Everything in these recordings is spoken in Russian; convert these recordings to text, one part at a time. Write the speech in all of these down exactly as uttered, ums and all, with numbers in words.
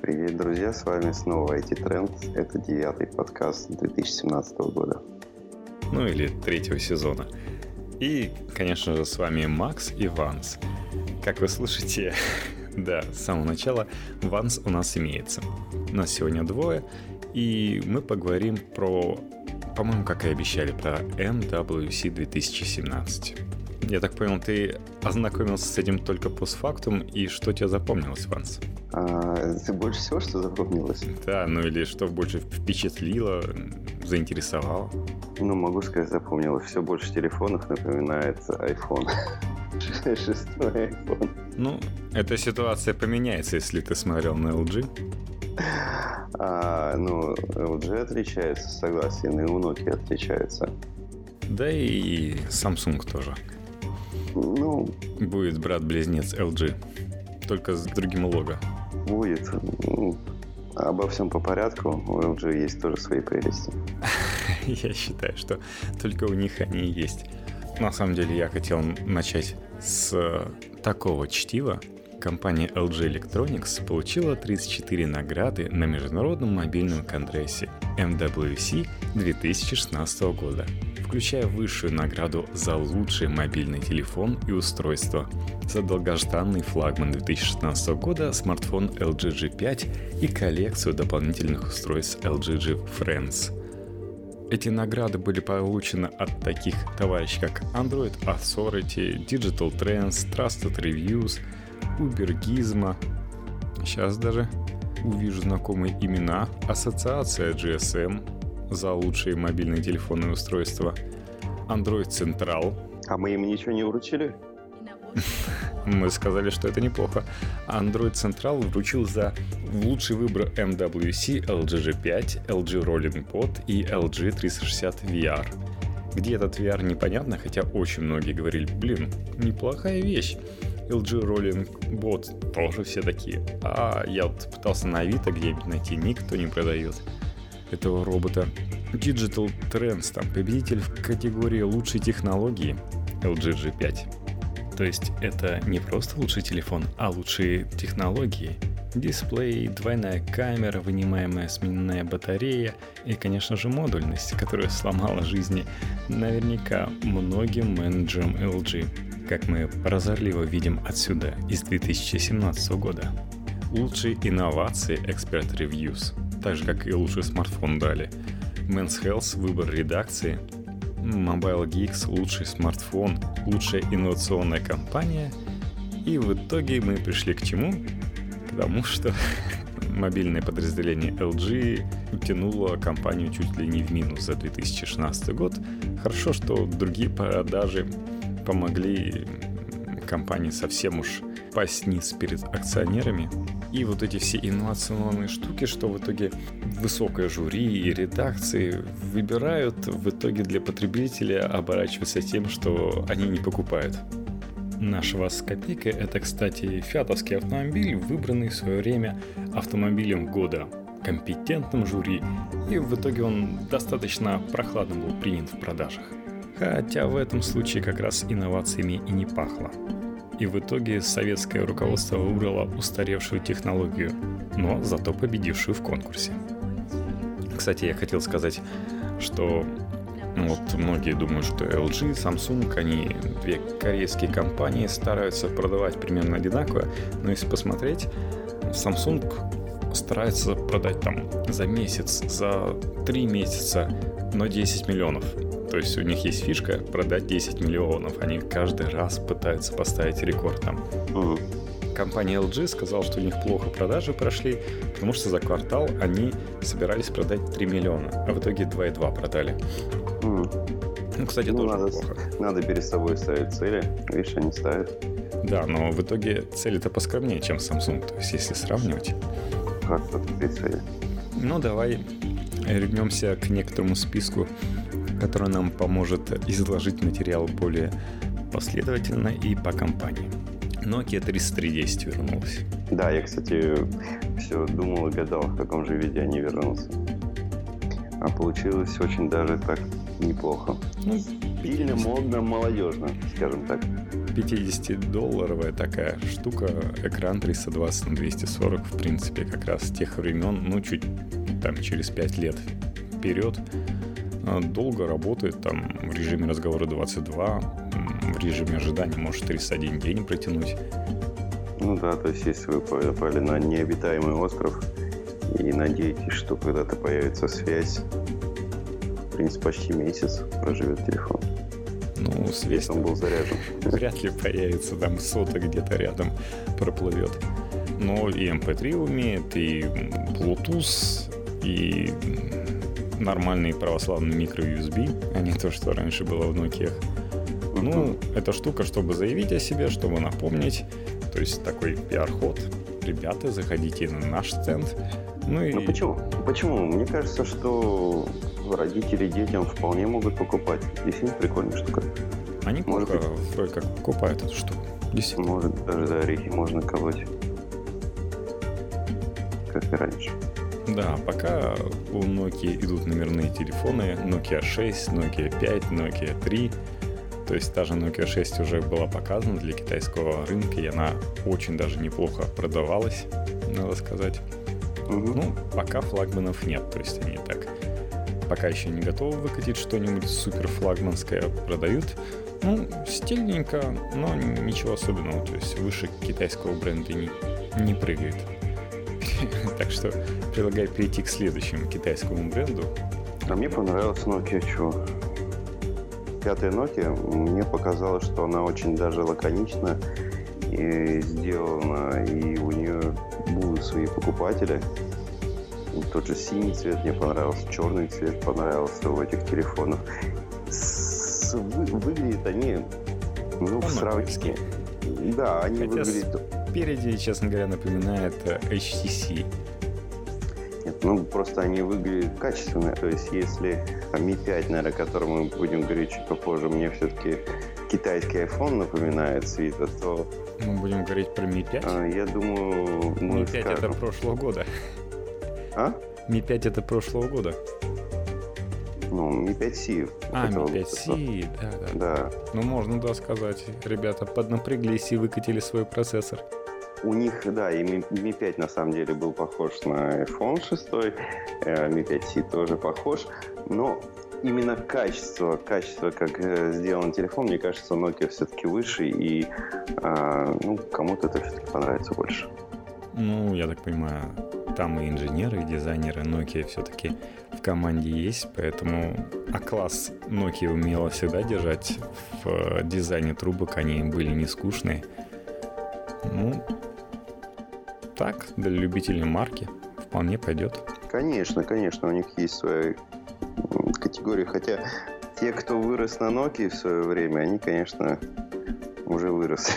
Привет, друзья, с вами снова ай ти-тренд. Это девятый подкаст две тысячи семнадцатого года. Ну или третьего сезона. И, конечно же, с вами Макс и Ванс. Как вы слышите, да, с самого начала Ванс у нас имеется. Нас сегодня двое, и мы поговорим про, по-моему, как и обещали, про эм дабл ю си две тысячи семнадцать. Я так понял, ты ознакомился с этим только постфактум, и что тебе запомнилось, Ванс? А, ты больше всего что запомнилось? Да, ну или что больше впечатлило, заинтересовало? Ну, могу сказать, запомнилось. Все больше телефонов напоминает iPhone. Шестой iPhone. Ну, эта ситуация поменяется, если ты смотрел на эл джи. А, ну, эл джи отличается, согласен, и у Nokia отличается. Да и Samsung тоже. Ну, будет брат-близнец эл джи, только с другим лого. Будет. Ну, обо всем по порядку. У эл джи есть тоже свои прелести. Я считаю, что только у них они и есть. На самом деле я хотел начать с такого чтива. Компания эл джи Electronics получила тридцать четыре награды на международном мобильном конгрессе эм дабл ю си две тысячи шестнадцатого года, включая высшую награду за лучший мобильный телефон и устройство, за долгожданный флагман две тысячи шестнадцатого года смартфон эл джи джи пять и коллекцию дополнительных устройств эл джи джи Friends. Эти награды были получены от таких товарищей, как Android Authority, Digital Trends, Trusted Reviews, Uber Gizmo. Сейчас даже увижу знакомые имена. Ассоциация джи эс эм за лучшие мобильные телефонные устройства, Android Central. А мы им ничего не вручили? Мы сказали, что это неплохо. Android Central вручил за лучший выбор эм дабл ю си эл джи джи пять, эл джи Rolling Pod и эл джи триста шестьдесят ви ар. Где этот ви ар непонятно, хотя очень многие говорили, блин, неплохая вещь. эл джи Rolling Bot тоже все такие. А я вот пытался на Авито где-нибудь найти, никто не продает этого робота. Digital Trends, там победитель в категории лучшей технологии эл джи джи пять. То есть это не просто лучший телефон, а лучшие технологии. Дисплей, двойная камера, вынимаемая сменная батарея и, конечно же, модульность, которая сломала жизни наверняка многим менеджерам эл джи, как мы прозорливо видим отсюда из две тысячи семнадцатого года. Лучшие инновации Expert Reviews, так же как и лучший смартфон дали. Men's Health, выбор редакции, Mobile Geeks, лучший смартфон, лучшая инновационная компания. И в итоге мы пришли к чему? К тому, что мобильное подразделение эл джи утянуло компанию чуть ли не в минус за две тысячи шестнадцатый год. Хорошо, что другие продажи помогли компании совсем уж пасть низ перед акционерами. И вот эти все инновационные штуки, что в итоге высокое жюри и редакции выбирают, в итоге для потребителя оборачивается тем, что они не покупают. Наш ВАЗ с копейкой — это, кстати, фиатовский автомобиль, выбранный в свое время автомобилем года компетентным жюри, и в итоге он достаточно прохладно был принят в продажах. Хотя в этом случае как раз инновациями и не пахло. И в итоге советское руководство выбрало устаревшую технологию, но зато победившую в конкурсе. Кстати, я хотел сказать, что ну, вот многие думают, что эл джи, Samsung, они две корейские компании, стараются продавать примерно одинаково, но если посмотреть, Samsung старается продать там за месяц, за три месяца, но десять миллионов. То есть у них есть фишка продать десять миллионов. Они каждый раз пытаются поставить рекорд там. Uh-huh. Компания эл джи сказала, что у них плохо продажи прошли, потому что за квартал они собирались продать три миллиона, а в итоге два и два продали. Uh-huh. Ну, кстати, ну, тоже надо, плохо. Надо перед собой ставить цели. Видишь, они ставят. Да, но в итоге цели-то поскромнее, чем Samsung. То есть если сравнивать. Как тут эти цели? Ну, давай вернемся к некоторому списку, который нам поможет изложить материал более последовательно и по компании. Nokia тридцать три десять вернулась. Да, я, кстати, все думал и гадал, в каком же виде они вернутся. А получилось очень даже так неплохо. Ну, стильно, модно, молодежно, скажем так. пятидесятидолларовая такая штука, экран триста двадцать на двести сорок, в принципе, как раз с тех времен, ну, чуть там через пять лет вперед. Долго работает, там в режиме разговора двадцать два, в режиме ожидания может тридцать один день протянуть. Ну да, то есть если вы попали на необитаемый остров и надеетесь, что когда-то появится связь, в принципе, почти месяц проживет телефон. Ну, связь он был заряжен. Вряд ли появится, там сота где-то рядом проплывет. Но и эм пэ три умеет, и Bluetooth, и нормальный православный микро-ю эс би, а не то, что раньше было в Nokia. Uh-huh. Ну, эта штука, чтобы заявить о себе, чтобы напомнить. То есть такой пиар-ход. Ребята, заходите на наш стенд. Ну, и... ну почему? Почему? Мне кажется, что родители детям вполне могут покупать. Действительно прикольная штука. Они может плохо быть... вроде как покупают эту штуку. Действительно. Может, даже за орехи можно колоть. Как и раньше. Да, пока у Nokia идут номерные телефоны Nokia шесть, Nokia пять, Nokia три. То есть та же Nokia шесть уже была показана для китайского рынка, и она очень даже неплохо продавалась, надо сказать. Угу. Ну, пока флагманов нет, то есть они так пока еще не готовы выкатить что-нибудь супер флагманское, продают. Ну, стильненько, но ничего особенного, то есть выше китайского бренда не, не прыгает. Так что предлагаю перейти к следующему китайскому бренду. А мне понравилась Nokia, чего? Пятая Nokia, мне показалось, что она очень даже лаконично и сделана, и у нее будут свои покупатели. И тот же синий цвет мне понравился, черный цвет понравился у этих телефонов. С, вы, выглядят они, ну, в сравнении. Да, они Хотя выглядят... спереди, честно говоря, напоминает эйч ти си. Нет, ну просто они выглядят качественно. То есть если ми пять, наверное, о котором мы будем говорить чуть попозже, мне все-таки китайский iPhone напоминает с вида, то... Мы будем говорить про ми пять? А, я думаю, мы ми пять скажем... это прошлого года. А? ми пять это прошлого года. Ну, ми пять си. А, ми пять си, да, да. Да. Ну, можно, да, сказать. Ребята поднапряглись и выкатили свой процессор. У них, да, и ми пять на самом деле был похож на iPhone шесть, ми пять си тоже похож, но именно качество, качество, как сделан телефон, мне кажется, Nokia все-таки выше, и а, ну, кому-то это все-таки понравится больше. Ну, я так понимаю, там и инженеры, и дизайнеры Nokia все-таки в команде есть, поэтому А-класс Nokia умела всегда держать в дизайне трубок, они были не скучные. Ну, так, для любителей марки вполне пойдет. Конечно, конечно, у них есть своя категория, хотя те, кто вырос на Nokia в свое время, они, конечно, уже выросли.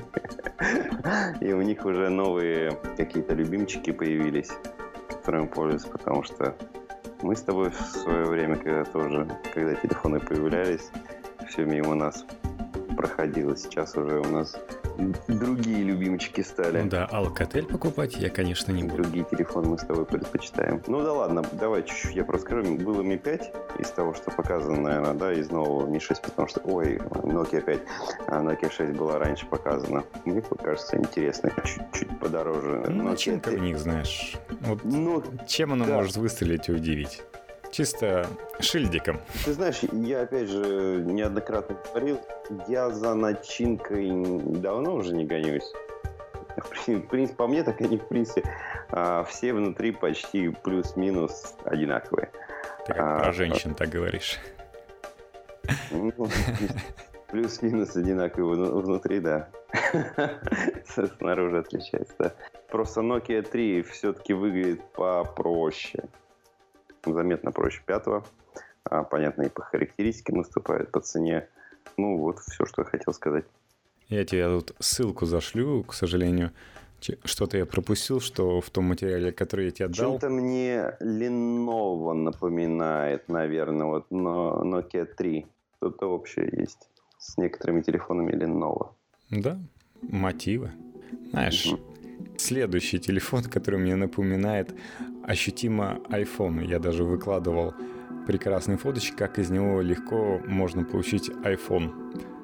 И у них уже новые какие-то любимчики появились, которыми пользуются, потому что мы с тобой в свое время, когда тоже, когда телефоны появлялись, все мимо нас проходило. Сейчас уже у нас другие любимчики стали. Ну да, Alcatel покупать я, конечно, не буду. Другие телефоны мы с тобой предпочитаем. Ну да ладно, давай чуть-чуть я просто скажу. Было ми пять из того, что показано, наверное, да, из нового ми шесть, потому что, ой, Nokia пять, а Nokia шесть была раньше показана. Мне кажется, интересно, чуть-чуть подороже. Ну, начинка в них, знаешь. Вот ну, чем она да. может выстрелить и удивить? Чисто шильдиком. Ты знаешь, я опять же неоднократно говорил, я за начинкой давно уже не гонюсь. В принципе, по мне, так они, в принципе, все внутри почти плюс-минус одинаковые. Ты как а, про женщин а... так говоришь. Ну, плюс-минус одинаковые внутри, да. Снаружи отличается, да. Просто Nokia три все-таки выглядит попроще. Заметно проще пятого. А, понятно, и по характеристикам наступает, по цене. Ну, вот все, что я хотел сказать. Я тебе тут ссылку зашлю, к сожалению. Что-то я пропустил, что в том материале, который я тебе дал. Чем-то мне Lenovo напоминает, наверное, вот Nokia три. Что-то общее есть с некоторыми телефонами Lenovo. Да, мотивы. Знаешь, mm-hmm. следующий телефон, который мне напоминает ощутимо iPhone. Я даже выкладывал прекрасные фоточки, как из него легко можно получить iPhone.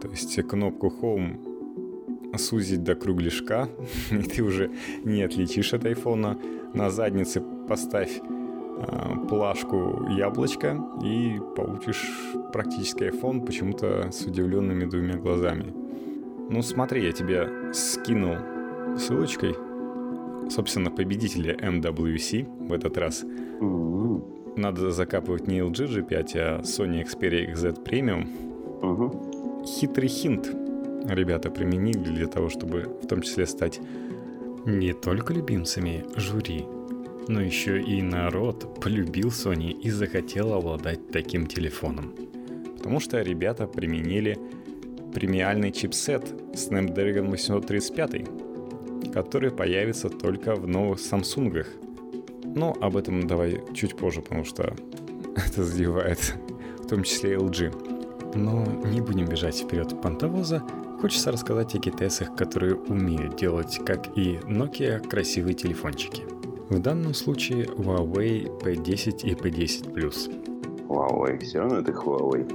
То есть кнопку Home сузить до кругляшка, и ты уже не отличишь от айфона. На заднице поставь э, плашку яблочко и получишь практически iPhone, почему-то с удивленными двумя глазами. Ну смотри, я тебе скинул ссылочкой, собственно, победителя эм дабл ю си в этот раз. Mm-hmm. Надо закапывать не эл джи джи пять, а Sony Xperia икс зет Premium. Mm-hmm. Хитрый хинт ребята применили для того, чтобы в том числе стать не только любимцами жюри, но еще и народ полюбил Sony и захотел обладать таким телефоном. Потому что ребята применили премиальный чипсет Snapdragon восемьсот тридцать пять, который появится только в новых Samsung'ах. Но об этом давай чуть позже, потому что это задевает в том числе эл джи. Но не будем бежать вперед понтовоза. Хочется рассказать о китайцах, которые умеют делать, как и Nokia, красивые телефончики. В данном случае Huawei пи десять и пи десять плюс. Huawei, все равно это Huawei.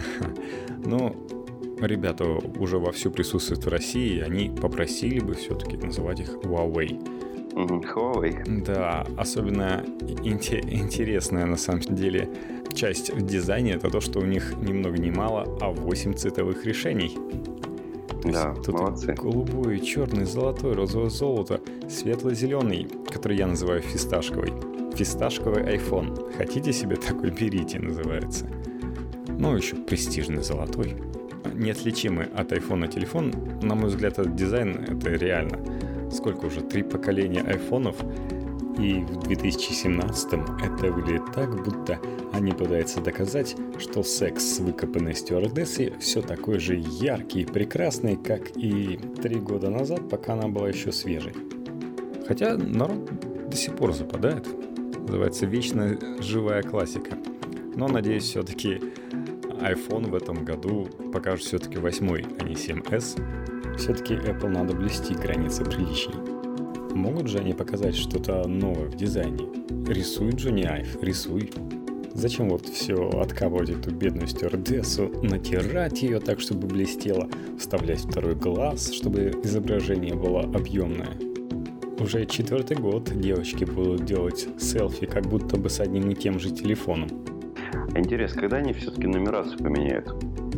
Ну, ребята уже вовсю присутствуют в России, они попросили бы все-таки называть их Huawei. Huawei. Да, особенно интересная на самом деле часть в дизайне — это то, что у них ни много ни мало, а восемь цветовых решений. То да, тут молодцы. Голубой, черный, золотой, розовое золото, светло-зеленый, который я называю фисташковый. Фисташковый iPhone. Хотите себе такой, берите, называется. Ну, еще престижный золотой. Неотличимый от айфона телефон. На мой взгляд, этот дизайн — это реально. Сколько уже? Три поколения айфонов. И в две тысячи семнадцатом это выглядит так, будто они пытаются доказать, что секс с выкопанной стюардессой все такой же яркий и прекрасный, как и три года назад, пока она была еще свежей. Хотя народ до сих пор западает. Называется «Вечно живая классика». Но, надеюсь, все-таки iPhone в этом году покажет все-таки восьмой, а не семь эс. Все-таки Apple надо блюсти границы приличий. Могут же они показать что-то новое в дизайне? Рисуй, Джонни Айв, рисуй. Зачем вот все откапывать эту бедную стюардессу, натирать ее так, чтобы блестело, вставлять второй глаз, чтобы изображение было объемное? Уже четвертый год девочки будут делать селфи, как будто бы с одним и тем же телефоном. Интересно, когда они все-таки нумерацию поменяют?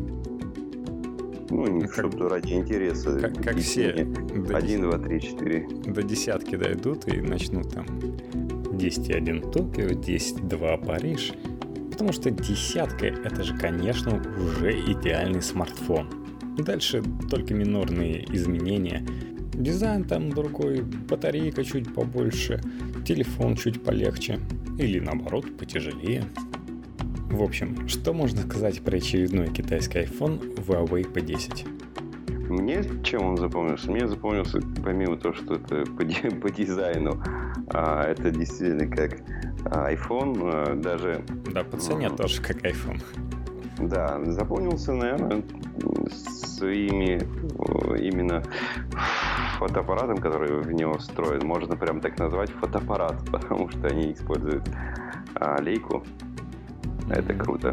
Ну, не что-то ради интереса. Как, как все. один, два, три, четыре. До десятки дойдут и начнут там десять один Токио, десять два Париж. Потому что десятка — это же, конечно, уже идеальный смартфон. Дальше только минорные изменения. Дизайн там другой, батарейка чуть побольше, телефон чуть полегче. Или наоборот, потяжелее. В общем, что можно сказать про очередной китайский iPhone Huawei пи десять? Мне чем он запомнился? Мне запомнился, помимо того, что это по, по дизайну, а, это действительно как iPhone, а, даже... Да, по цене а, тоже как iPhone. Да, запомнился, наверное, своими именно фотоаппаратом, который в него встроен. Можно прям так назвать фотоаппарат, потому что они используют а, лейку. Это круто.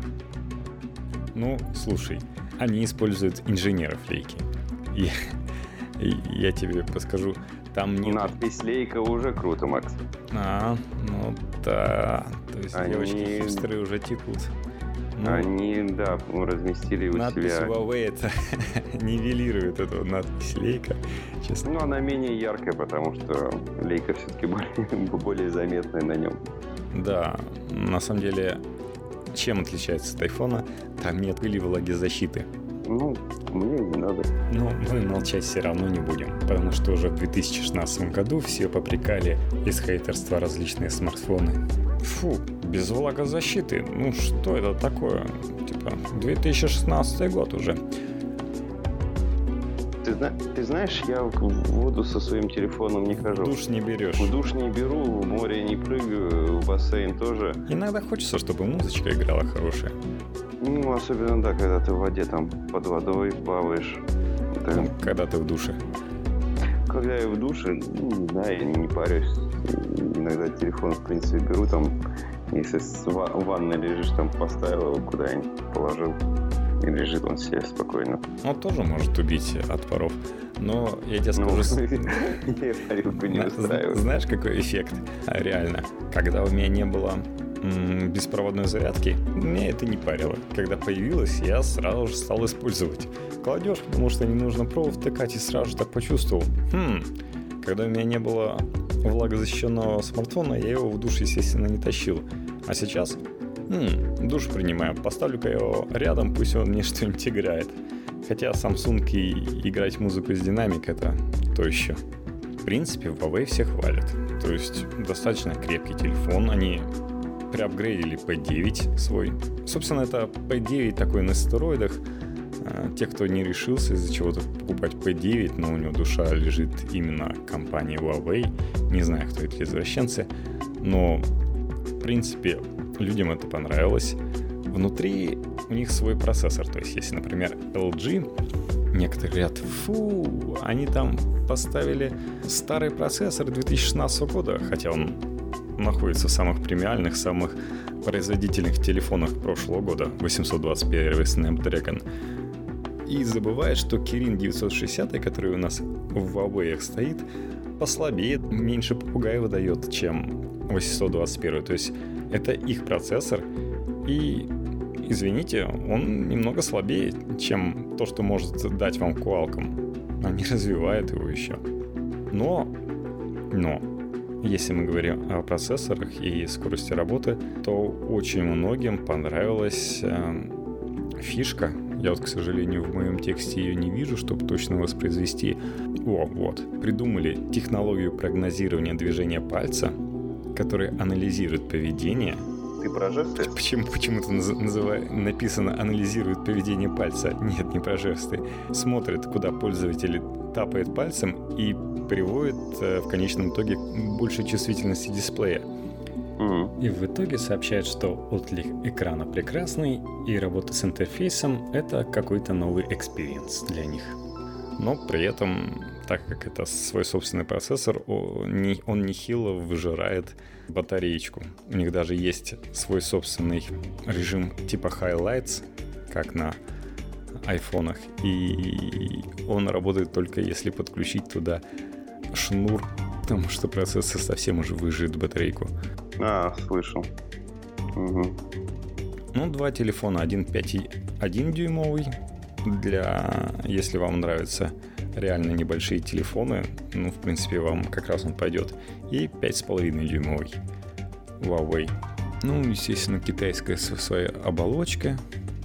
Ну, слушай, они используют инженеров лейки. И, и я тебе подскажу, там нет... Надпись лейка уже круто, Макс. А, ну да. То есть они... девочки-хипстеры уже текут. Ну, они, да, разместили у надпись себя... Надпись Huawei это нивелирует эту надпись лейка. Честно. Ну, она менее яркая, потому что лейка все-таки более, более заметная на нем. Да, на самом деле... Чем отличается от айфона? Там нет пыли, влагозащиты. Ну, мне не надо. Но мы молчать все равно не будем, потому что уже в две тысячи шестнадцатом году все попрекали из хейтерства различные смартфоны. Фу, без влагозащиты. Ну что это такое? Типа, две тысячи шестнадцатый год уже. Ты, ты знаешь, я в воду со своим телефоном не хожу. В душ не берешь. В душ не беру, в море не прыгаю, в бассейн тоже. Иногда хочется, чтобы музычка играла хорошая. Ну, особенно, да, когда ты в воде там под водой плаваешь. Да. Ну, когда ты в душе. Когда я в душе, ну, не знаю, я не парюсь. Иногда телефон, в принципе, беру там, если в ванной лежишь, там поставил его куда-нибудь, положил. И лежит он себе спокойно. Он тоже может убить от паров. Но я тебе скажу... Я парилку не устраиваю. Знаешь, какой эффект? Реально. Когда у меня не было беспроводной зарядки, меня это не парило. Когда появилась, я сразу же стал использовать. Кладешь, потому что не нужно провод втыкать, и сразу же так почувствовал. Хм, когда у меня не было влагозащищенного смартфона, я его в душ, естественно, не тащил. А сейчас, хм, душ принимаю, поставлю-ка его рядом, пусть он мне что-нибудь играет. Хотя Samsung и играть музыку из динамика — это то еще. В принципе, Huawei все хвалят. То есть достаточно крепкий телефон, они преапгрейдили пи девять свой. Собственно, это пи девять такой на стероидах. Те, кто не решился из-за чего-то покупать пи девять, но у него душа лежит именно компании Huawei. Не знаю, кто эти извращенцы. Но, в принципе, людям это понравилось. Внутри у них свой процессор. То есть, если, например, эл джи, некоторые говорят, фу, они там поставили старый процессор две тысячи шестнадцатого года, хотя он находится в самых премиальных, самых производительных телефонах прошлого года, восемьсот двадцать первый Snapdragon. И забывает, что Kirin девятьсот шестьдесят, который у нас в Huawei стоит, послабее, меньше попугая выдает, чем восемьсот двадцать первый. То есть это их процессор, и, извините, он немного слабее, чем то, что может дать вам Qualcomm. Они развивают его еще. Но, но, если мы говорим о процессорах и скорости работы, то очень многим понравилась э, фишка. Я вот, к сожалению, в моем тексте ее не вижу, чтобы точно воспроизвести. О, вот. Придумали технологию прогнозирования движения пальца, которая анализирует поведение. Ты про жесты? Почему, почему-то называй, написано «анализирует поведение пальца». Нет, не про жесты. Смотрит, куда пользователь тапает пальцем и приводит э, в конечном итоге к большей чувствительности дисплея. Mm-hmm. И в итоге сообщает, что отклик экрана прекрасный, и работа с интерфейсом — это какой-то новый экспириенс для них. Но при этом, так как это свой собственный процессор, он, не, он нехило выжирает батареечку. У них даже есть свой собственный режим типа Highlights, как на айфонах, и он работает только если подключить туда шнур, потому что процессор совсем уже выжжет батарейку. А, слышал. Угу. Ну, два телефона, один пять и один дюймовый. Для, если вам нравятся реально небольшие телефоны, ну, в принципе, вам как раз он пойдет. И пять с половиной дюймовый Huawei. Ну, естественно, китайская со своей оболочкой.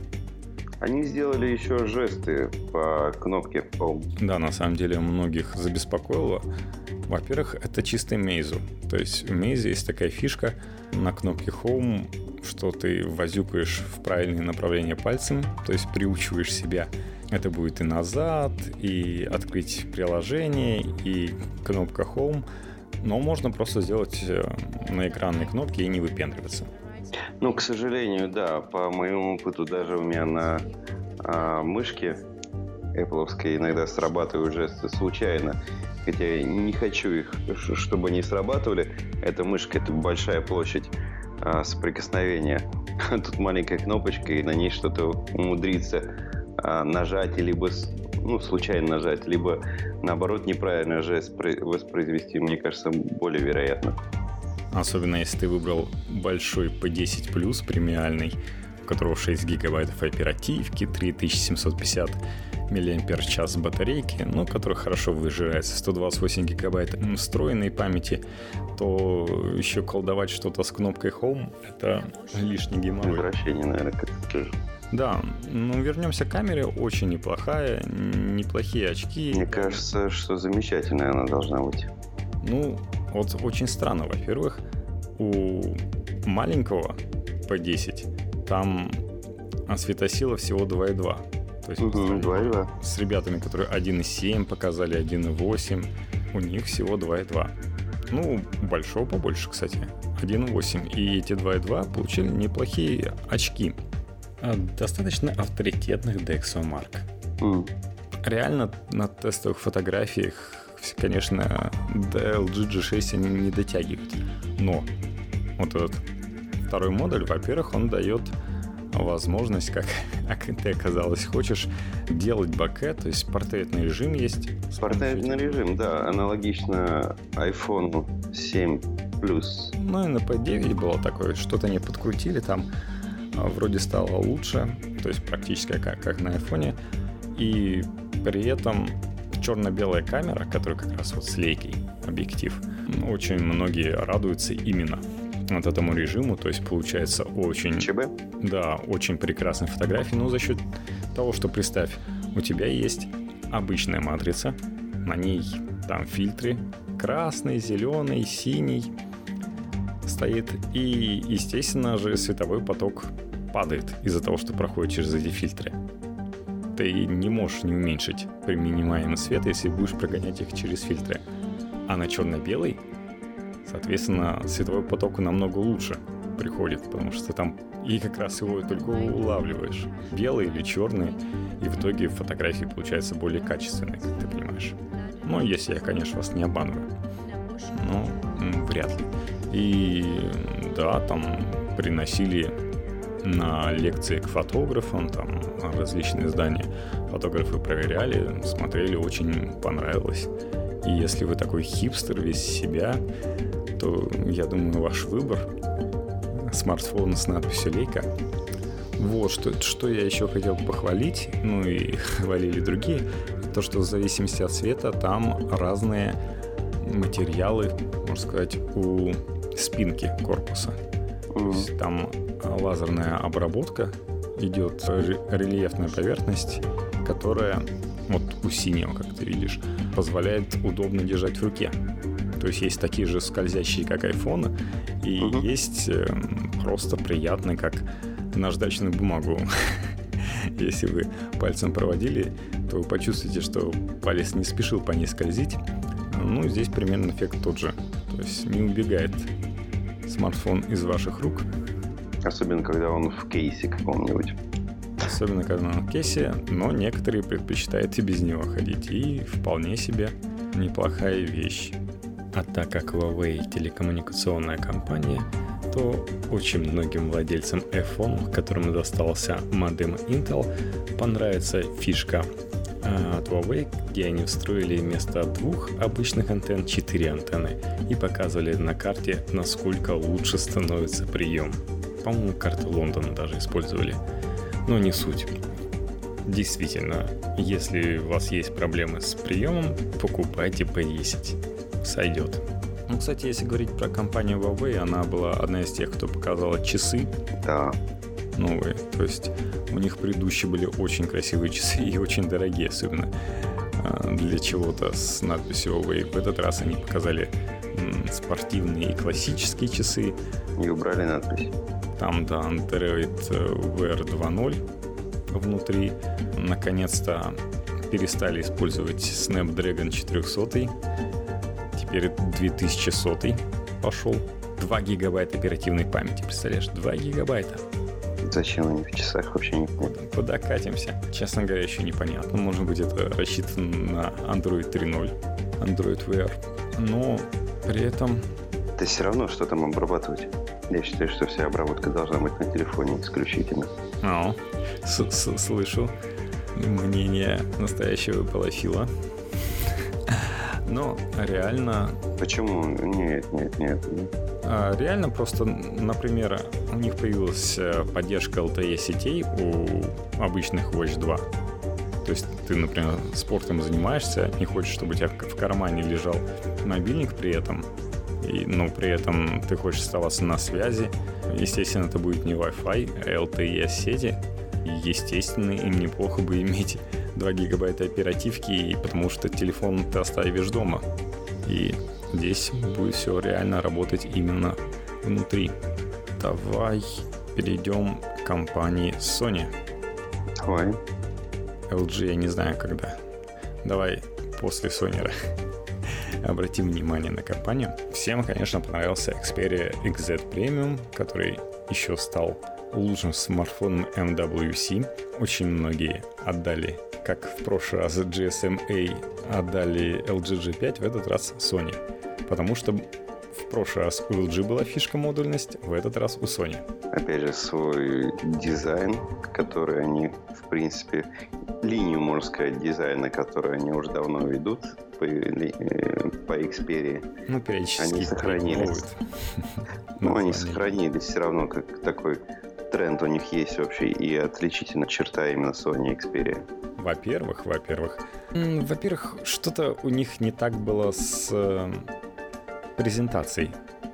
Они сделали еще жесты по кнопке Home. Да, на самом деле многих забеспокоило. Во-первых, это чисто Meizu. То есть у Meizu есть такая фишка на кнопке Home, что ты возюкаешь в правильное направление пальцем, то есть приучиваешь себя. Это будет и назад, и открыть приложение, и кнопка Home. Но можно просто сделать на экранной кнопке и не выпендриваться. Ну, к сожалению, да. По моему опыту, даже у меня на а, мышке Apple-овской иногда срабатывают жесты случайно. Хотя я не хочу их, чтобы они срабатывали. Эта мышка — это большая площадь а, соприкосновения. А тут маленькая кнопочка, и на ней что-то умудриться а, нажать, либо ну, случайно нажать, либо, наоборот, неправильно жест воспроизвести, мне кажется, более вероятно. Особенно если ты выбрал большой пи десять плюс премиальный, у которого шесть гигабайтов оперативки, три тысячи семьсот пятьдесят миллиампер-час батарейки, но который хорошо выжирается, сто двадцать восемь гигабайт встроенной памяти, то еще колдовать что-то с кнопкой Home — это лишний геморрой. Возвращение, наверное, как ты скажешь. Да, ну вернемся к камере, очень неплохая, неплохие очки. Мне кажется, что замечательная она должна быть. Ну, вот очень странно, во-первых, у маленького пи десять там светосила всего два и два. То есть угу, два и два. С ребятами, которые один и семь показали, один и восемь, у них всего два и два. Ну, большого побольше, кстати, один и восемь. И эти два и два получили неплохие очки. Достаточно авторитетных ди экс о Mark. Mm. Реально на тестовых фотографиях, конечно, до эл джи джи шесть они не дотягивают. Но вот этот второй модуль, во-первых, он дает возможность, как, как ты оказалось, хочешь делать боке, то есть портретный режим есть. Портретный режим, да, аналогично айфон семь плюс. Ну и на пи девять было такое, что-то не подкрутили, там вроде стало лучше, то есть практически как, как на айфоне, и при этом черно-белая камера, которая как раз вот с лейкой объектив, очень многие радуются именно вот этому режиму, то есть получается очень... ЧБ? Да, очень прекрасные фотографии, но за счет того, что, представь, у тебя есть обычная матрица, на ней там фильтры, красный, зеленый, синий стоит, и, естественно же, световой поток падает из-за того, что проходит через эти фильтры. Ты не можешь не уменьшить применяемый свет, если будешь прогонять их через фильтры. А на черно-белый, соответственно, световой поток намного лучше приходит, потому что там и как раз его только улавливаешь, белый или черный, и в итоге фотографии получаются более качественные, как ты понимаешь. Ну, если я, конечно, вас не обманываю. Но м, вряд ли. И да, там приносили на лекции к фотографам, там различные издания. Фотографы проверяли, смотрели, очень понравилось. И если вы такой хипстер весь себя, то, я думаю, ваш выбор — смартфон с надписью «Лейка». Вот, что, что я еще хотел похвалить, ну и хвалили другие, то, что в зависимости от цвета там разные материалы, можно сказать, у спинки корпуса. То есть там лазерная обработка, идет рельефная поверхность, которая вот у синего, как ты видишь, позволяет удобно держать в руке. То есть есть такие же скользящие, как айфоны, и uh-huh. есть э, просто приятные, как наждачную бумагу. Если вы пальцем проводили, то вы почувствуете, что палец не спешил по ней скользить. Ну, здесь примерно эффект тот же. То есть не убегает смартфон из ваших рук. Особенно, когда он в кейсе каком-нибудь. Особенно, когда он в кейсе, но некоторые предпочитают и без него ходить. И вполне себе неплохая вещь. А так как Huawei телекоммуникационная компания, то очень многим владельцам iPhone, которым достался модем Intel, понравится фишка от Huawei, где они встроили вместо двух обычных антенн четыре антенны и показывали на карте, насколько лучше становится прием. По-моему, карту Лондона даже использовали. Но не суть. Действительно, если у вас есть проблемы с приемом, покупайте пи десять. Сойдет. Ну, кстати, если говорить про компанию Huawei, она была одна из тех, кто показала часы. Да. Новые. То есть у них предыдущие были очень красивые часы и очень дорогие, особенно для чего-то с надписью Huawei. В этот раз они показали м, спортивные и классические часы. И убрали надпись. Там, да, Android Wear два ноль внутри. Наконец-то перестали использовать Snapdragon четыреста. Теперь две тысячи сто пошел. два гигабайта оперативной памяти. Представляешь, два гигабайта. Зачем они в часах, вообще не понятно. Подокатимся. Честно говоря, еще непонятно. Может быть, это рассчитано на Android три ноль, Android Wear. Но при этом... Это все равно, что там обрабатывать. Я считаю, что вся обработка должна быть на телефоне исключительно. О, слышу мнение настоящего полофила. Но реально... Почему? Нет, нет, нет. А, реально просто, например, у них появилась поддержка эл ти и сетей у обычных Watch два. То есть ты, например, спортом занимаешься, не хочешь, чтобы у тебя в кармане лежал мобильник при этом, и, но при этом ты хочешь оставаться на связи. Естественно, это будет не Wi-Fi, а эл ти и сети. Естественно, им неплохо бы иметь два гигабайта оперативки, потому что телефон ты оставишь дома. И здесь будет все реально работать именно внутри. Давай перейдем к компании Sony. Давай. эл джи я не знаю когда. Давай после Sony обратим внимание на компанию. Всем, конечно, понравился Xperia икс зет Premium, который еще стал лучшим смартфоном эм дабл ю си. Очень многие отдали, как в прошлый раз джи эс эм-A отдали эл джи джи пять, в этот раз Sony. Потому что в прошлый раз у эл джи была фишка модульность, в этот раз у Sony. Опять же, свой дизайн, который они, в принципе, линию, можно сказать, дизайна, которую они уже давно ведут по, по Xperia. Ну, периодически они сохранились. Ну, они сохранились все равно, как такой тренд у них есть вообще, и отличительная черта именно Sony Xperia. Во-первых, во-первых, во-первых, что-то у них не так было с э, презентацией.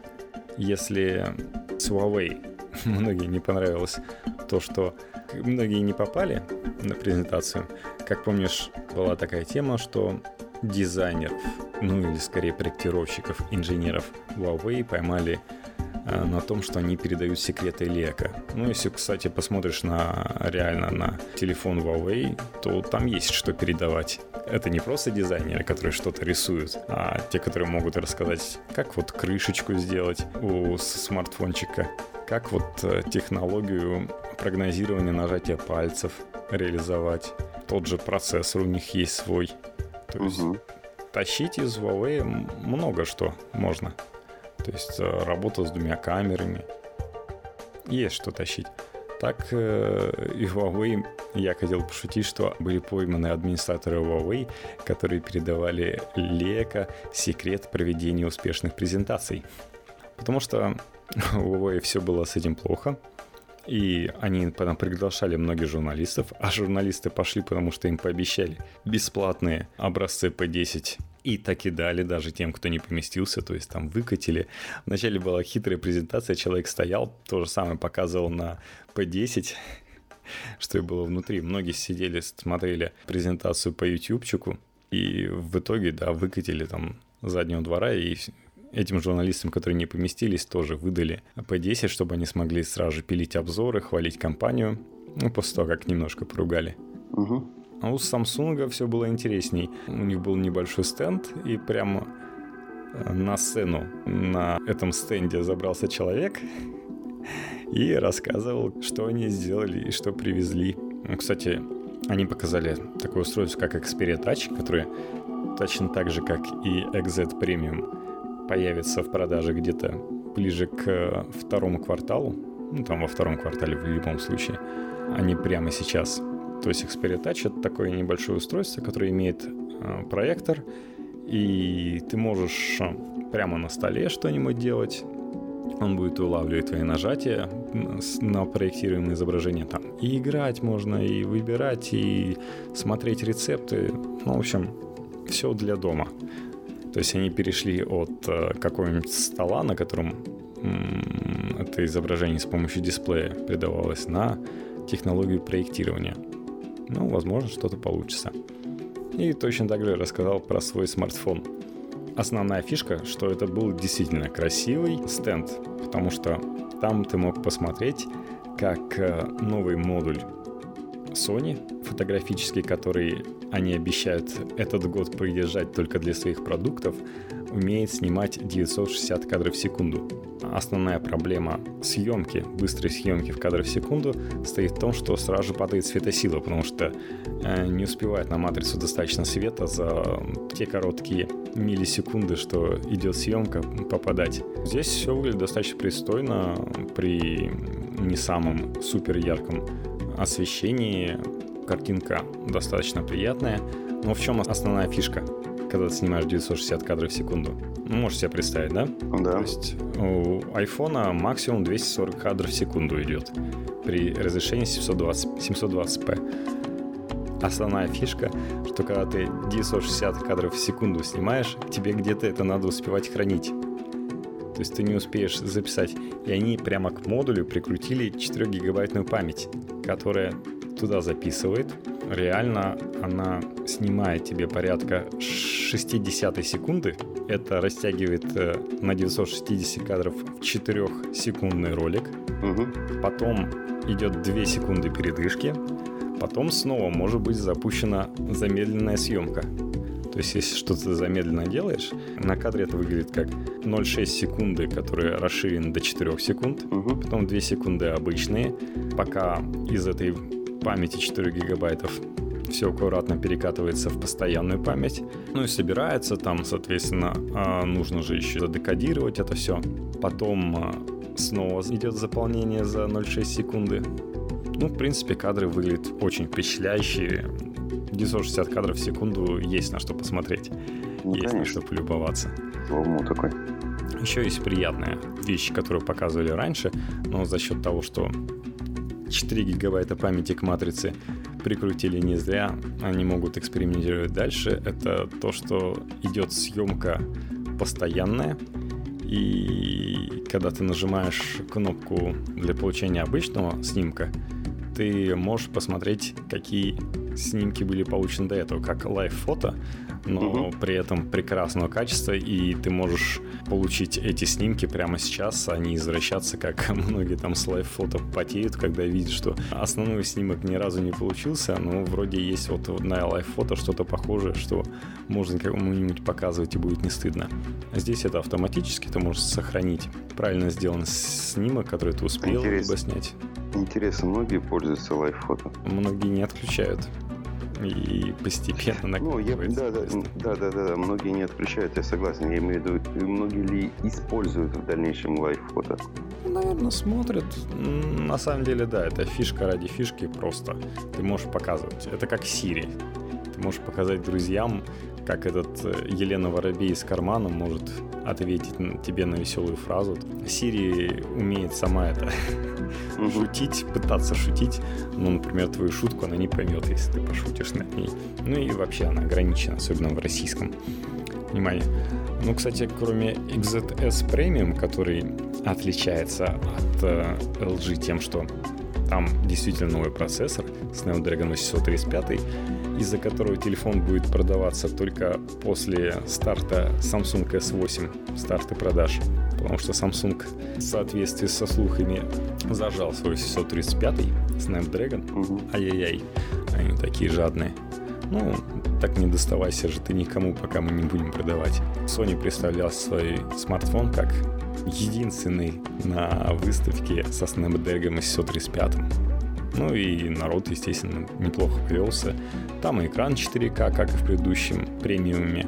Если с Huawei многие не понравилось то, что многие не попали на презентацию. Как помнишь, была такая тема, что дизайнеров, ну или скорее проектировщиков, инженеров Huawei поймали на том, что они передают секреты Лека. Ну, если, кстати, посмотришь на реально на телефон Huawei, то там есть что передавать. Это не просто дизайнеры, которые что-то рисуют, а те, которые могут рассказать, как вот крышечку сделать у смартфончика, как вот технологию прогнозирования нажатия пальцев реализовать. Тот же процессор у них есть свой. То есть угу. тащить из Huawei много что можно. То есть работа с двумя камерами. Есть что тащить. Так и Huawei, я хотел пошутить, что были пойманы администраторы Huawei, которые передавали Лека секрет проведения успешных презентаций. Потому что у Huawei все было с этим плохо. И они потом приглашали многих журналистов, а журналисты пошли, потому что им пообещали бесплатные образцы пи десять. И так и дали даже тем, кто не поместился, то есть там выкатили. Вначале была хитрая презентация, человек стоял, то же самое показывал на пи десять, что и было внутри. Многие сидели, смотрели презентацию по ютубчику, и в итоге, да, выкатили там с заднего двора, и этим журналистам, которые не поместились, тоже выдали пи десять, чтобы они смогли сразу же пилить обзоры, хвалить компанию, ну, после того, как немножко поругали. Угу. А у Samsung все было интересней. У них был небольшой стенд, и прямо на сцену на этом стенде забрался человек и рассказывал, что они сделали и что привезли. Кстати, они показали такое устройство, как Xperia Touch, которое точно так же, как и икс зет Premium, появится в продаже где-то ближе к второму кварталу. Ну, там во втором квартале в любом случае, а не прямо сейчас. То есть Xperia Touch — это такое небольшое устройство, которое имеет э, проектор, и ты можешь прямо на столе что-нибудь делать. Он будет улавливать твои нажатия на проектируемое изображение. Там и играть можно, и выбирать, и смотреть рецепты. Ну, в общем, все для дома. То есть они перешли от э, какого-нибудь стола, на котором м- это изображение с помощью дисплея передавалось, на технологию проектирования. Ну, возможно, что-то получится. И точно так же рассказал про свой смартфон. Основная фишка, что это был действительно красивый стенд, потому что там ты мог посмотреть, как новый модуль Sony фотографический, который они обещают этот год придержать только для своих продуктов, умеет снимать девятьсот шестьдесят кадров в секунду. Основная проблема съемки, быстрой съемки в кадрах в секунду стоит в том, что сразу же падает светосила, потому что э, не успевает на матрицу достаточно света за те короткие миллисекунды, что идет съемка, попадать. Здесь все выглядит достаточно пристойно при не самом супер ярком освещении. Картинка достаточно приятная. Но в чем основная фишка, когда ты снимаешь девятьсот шестьдесят кадров в секунду? Ну, можешь себе представить, да? Да. То есть у айфона максимум двести сорок кадров в секунду идет при разрешении семьсот двадцать пэ. Основная фишка, что когда ты девятьсот шестьдесят кадров в секунду снимаешь, тебе где-то это надо успевать хранить. То есть ты не успеешь записать. И они прямо к модулю прикрутили четырехгигабайтную память, которая туда записывает. Реально она снимает тебе порядка шестьдесят секунды. Это растягивает на девятьсот шестьдесят кадров в четырехсекундный ролик. Угу. Потом идет две секунды передышки. Потом снова может быть запущена замедленная съемка. То есть, если что-то замедленно делаешь, на кадре это выглядит как ноль целых шесть десятых секунды, которые расширены до четырех секунд, угу. Потом две секунды обычные, пока из этой памяти четыре гигабайтов все аккуратно перекатывается в постоянную память. Ну и собирается там, соответственно, нужно же еще задекодировать это все. Потом снова идет заполнение за ноль целых шесть секунды. Ну, в принципе, кадры выглядят очень впечатляющие. девятьсот шестьдесят кадров в секунду, есть на что посмотреть. Ну, есть конечно. на что полюбоваться. Лому такой. Еще есть приятная вещь, которую показывали раньше, но за счет того, что четыре гигабайта памяти к матрице прикрутили не зря, они могут экспериментировать дальше. Это то, что идет съемка постоянная, и когда ты нажимаешь кнопку для получения обычного снимка, ты можешь посмотреть, какие снимки были получены до этого, как лайв-фото, но uh-huh. при этом прекрасного качества, и ты можешь получить эти снимки прямо сейчас, а не извращаться, как многие там с лайв-фото потеют, когда видят, что основной снимок ни разу не получился, но вроде есть вот на лайв-фото что-то похожее, что можно кому-нибудь показывать и будет не стыдно. Здесь это автоматически, ты можешь сохранить правильно сделанный снимок, который ты успел либо снять. Интересно, многие пользуются лайв-фото? Многие не отключают. И постепенно ну, я, накапливается. Да, да, да, да, да, многие не отключают, я согласен. Я имею в виду, многие ли используют в дальнейшем лайв-фото? Наверное, смотрят. На самом деле, да, это фишка ради фишки просто. Ты можешь показывать. Это как Siri. Ты можешь показать друзьям, как этот Елена Воробей из кармана может ответить тебе на веселую фразу. Siri умеет сама это uh-huh. шутить, пытаться шутить, но, например, твою шутку она не поймет, если ты пошутишь над ней. Ну и вообще она ограничена, особенно в российском понимании. Ну, кстати, кроме икс зет эс Premium, который отличается от э, эл джи тем, что там действительно новый процессор Snapdragon восемьсот тридцать пять, из-за которого телефон будет продаваться только после старта Samsung эс восемь, старта продаж. Потому что Samsung в соответствии со слухами зажал свой восемьсот тридцать пять Snapdragon. Угу. Ай-яй-яй, они такие жадные. Ну, так не доставайся же ты никому, пока мы не будем продавать. Sony представлял свой смартфон как единственный на выставке со Snapdragon восемьсот тридцать пять. Ну и народ, естественно, неплохо повелся. Там и экран четыре ка, как и в предыдущем премиуме.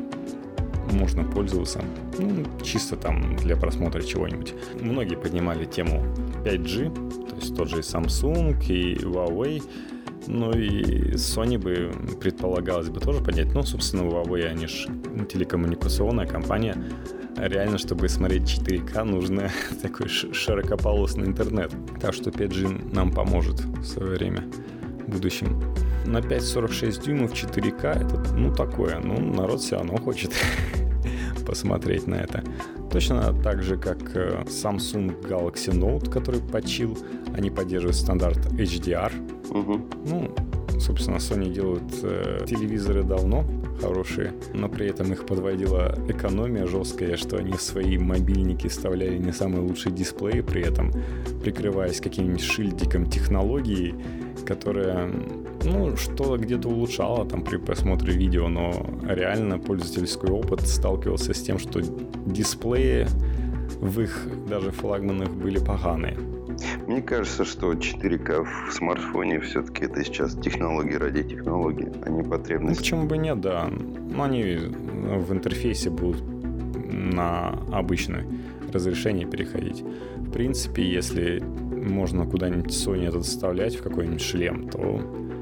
Можно пользоваться, ну, чисто там для просмотра чего-нибудь. Многие поднимали тему пять джи, то есть тот же и Samsung, и Huawei. Ну и Sony бы предполагалось бы тоже поднять. Ну, собственно, Huawei, они же телекоммуникационная компания. Реально, чтобы смотреть четыре ка, нужно такой широкополосный интернет. Так что пять джи нам поможет в свое время, в будущем. На пять целых сорок шесть дюймов четыре ка это, ну, такое. Ну, народ все равно хочет посмотреть на это. Точно так же, как Samsung Galaxy Note, который почил. Они поддерживают стандарт эйч ди ар. Угу. Ну, собственно, Sony делают э, телевизоры давно хорошие, но при этом их подводила экономия жесткая, что они в свои мобильники вставляли не самые лучшие дисплеи, при этом прикрываясь каким-нибудь шильдиком технологии, которая, ну, что где-то улучшала там при просмотре видео, но реально пользовательский опыт сталкивался с тем, что дисплеи в их даже флагманах были поганые. Мне кажется, что четыре ка в смартфоне все-таки это сейчас технологии ради технологий, а не потребность. Ну, почему бы нет, да. Но они в интерфейсе будут на обычное разрешение переходить. В принципе, если можно куда-нибудь Sony этот вставлять в какой-нибудь шлем, то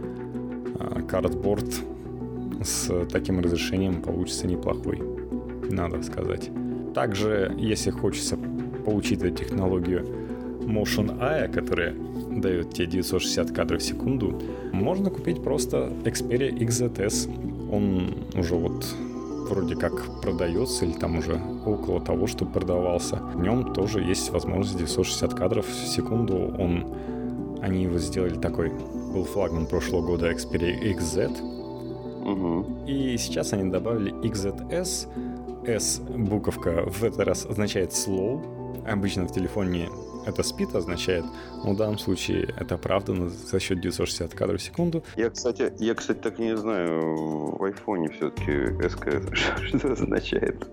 картборд с таким разрешением получится неплохой, надо сказать. Также, если хочется получить эту технологию Motion эй ай, которая дает тебе девятьсот шестьдесят кадров в секунду, можно купить просто Xperia икс зет эс. Он уже вот вроде как продается, или там уже около того, что продавался. В нем тоже есть возможность девятьсот шестьдесят кадров в секунду. Он, они его сделали такой, был флагман прошлого года Xperia икс зет. Угу. И сейчас они добавили икс зет эс. S буковка в этот раз означает slow. Обычно в телефоне это speed означает, но в данном случае это оправдано за счет девятьсот шестьдесят кадров в секунду. Я, кстати, я, кстати, так и не знаю, в айфоне все-таки эс ка что означает.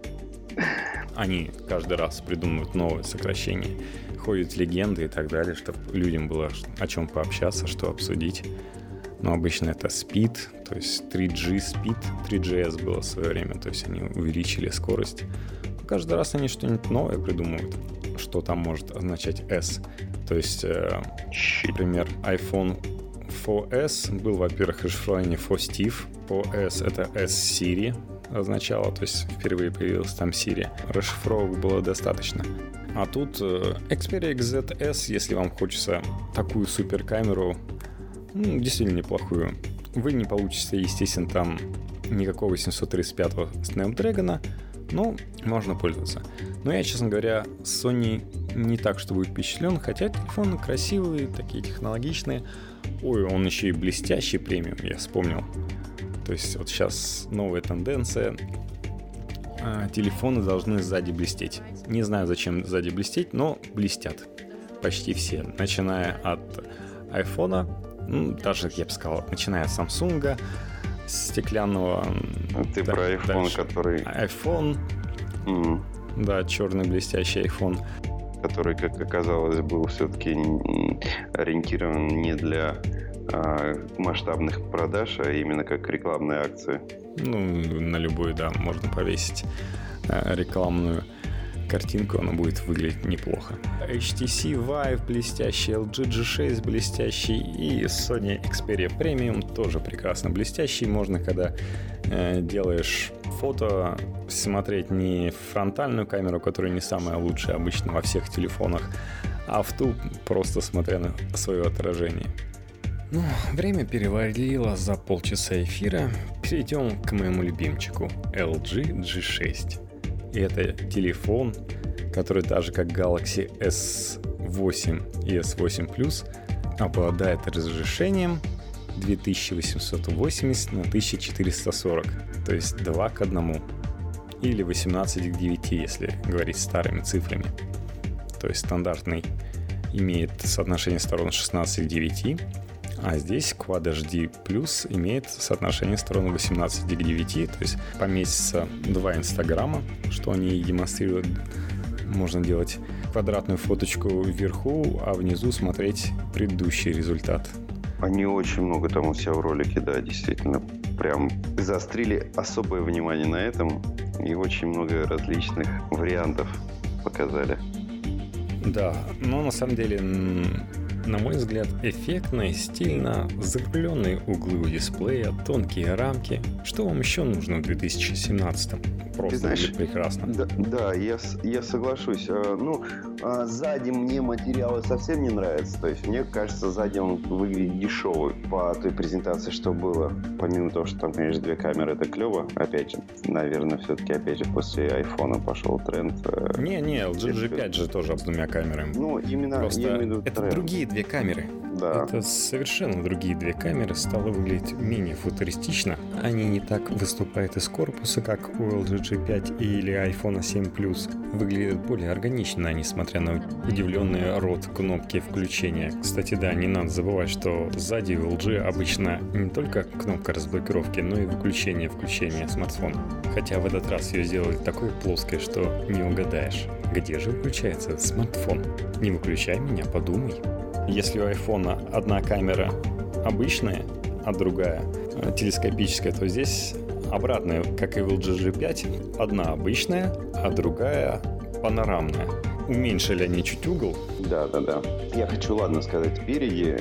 Они каждый раз придумывают новые сокращения, ходят легенды и так далее, чтобы людям было о чем пообщаться, что обсудить. но обычно это Speed, то есть три джи Speed, три джи эс было в свое время, то есть они увеличили скорость. Каждый раз они что-нибудь новое придумывают, что там может означать S. То есть, э, например, iPhone фор эс был, во-первых, расшифрование фор Steve, фор эс это S-Siri означало, то есть впервые появилась там Siri. Расшифровок было достаточно. А тут э, Xperia икс зет эс, если вам хочется такую суперкамеру, ну, действительно неплохую, вы не получите, естественно, там никакого восемьсот тридцать пятого Snapdragon, но можно пользоваться. Но я, честно говоря, с Sony не так, что будет впечатлен, хотя телефоны красивые, такие технологичные. Ой, он еще и блестящий премиум, я вспомнил. То есть вот сейчас новая тенденция. Телефоны должны сзади блестеть. Не знаю, зачем сзади блестеть, но блестят. Почти все. Начиная от айфона, ну, даже, я бы сказал, начиная от Samsung, стеклянного. Ты да, про iPhone, дальше. Который... iPhone. Mm. Да, черный блестящий iPhone. Который, как оказалось, был все-таки ориентирован не для а, масштабных продаж, а именно как рекламная акция. Ну, на любую, да, можно повесить а, рекламную картинку, она будет выглядеть неплохо. эйч ти си Vive блестящий, эл джи джи шесть блестящий и Sony Xperia Premium тоже прекрасно блестящий. Можно, когда э, делаешь фото, смотреть не в фронтальную камеру, которая не самая лучшая обычно во всех телефонах, а в ту, просто смотря на свое отражение. Ну, время перевалило за полчаса эфира. Перейдем к моему любимчику эл джи джи шесть. И это телефон, который даже как Galaxy эс восемь и эс восемь плюс обладает разрешением две тысячи восемьсот восемьдесят на тысяча четыреста сорок, то есть два к одному, или восемнадцать к девяти, если говорить старыми цифрами. То есть стандартный имеет соотношение сторон шестнадцать к девяти, а здесь Quad эйч ди Plus имеет соотношение сторон восемнадцать к девяти, то есть поместится два инстаграма, что они демонстрируют. Можно делать квадратную фоточку вверху, а внизу смотреть предыдущий результат. Они очень много там у себя в ролике, да, действительно, прям заострили особое внимание на этом и очень много различных вариантов показали. Да, но на самом деле, на мой взгляд, эффектно, стильно, закругленные углы у дисплея, тонкие рамки. Что вам еще нужно в две тысячи семнадцатом? Просто знаешь, прекрасно. Да, да я, я соглашусь. Ну, сзади мне материалы совсем не нравятся. То есть мне кажется, сзади он выглядит дешевый по той презентации, что было. Помимо того, что там, конечно, две камеры, это клево. Опять же, наверное, все-таки опять же после айфона пошел тренд. Не-не, эл джи джи пять же тоже с двумя камерами. Ну, именно Просто это тренд. Другие две камеры. Да. Это совершенно другие две камеры. Стало выглядеть менее футуристично. Они не так выступают из корпуса, как у эл джи джи пять или айфон семь плюс. Выглядят более органично, несмотря на удивленный рот кнопки включения. Кстати, да, не надо забывать, что сзади у эл джи обычно не только кнопка разблокировки, но и выключение включения смартфона. Хотя в этот раз ее сделали такой плоской, что не угадаешь, где же выключается смартфон. Не выключай меня, подумай. Если у айфона одна камера обычная, а другая телескопическая, то здесь обратная, как и в эл джи джи пять, одна обычная, а другая панорамная. Уменьшили они чуть угол. Да, да, да. Я хочу, ладно, сказать спереди.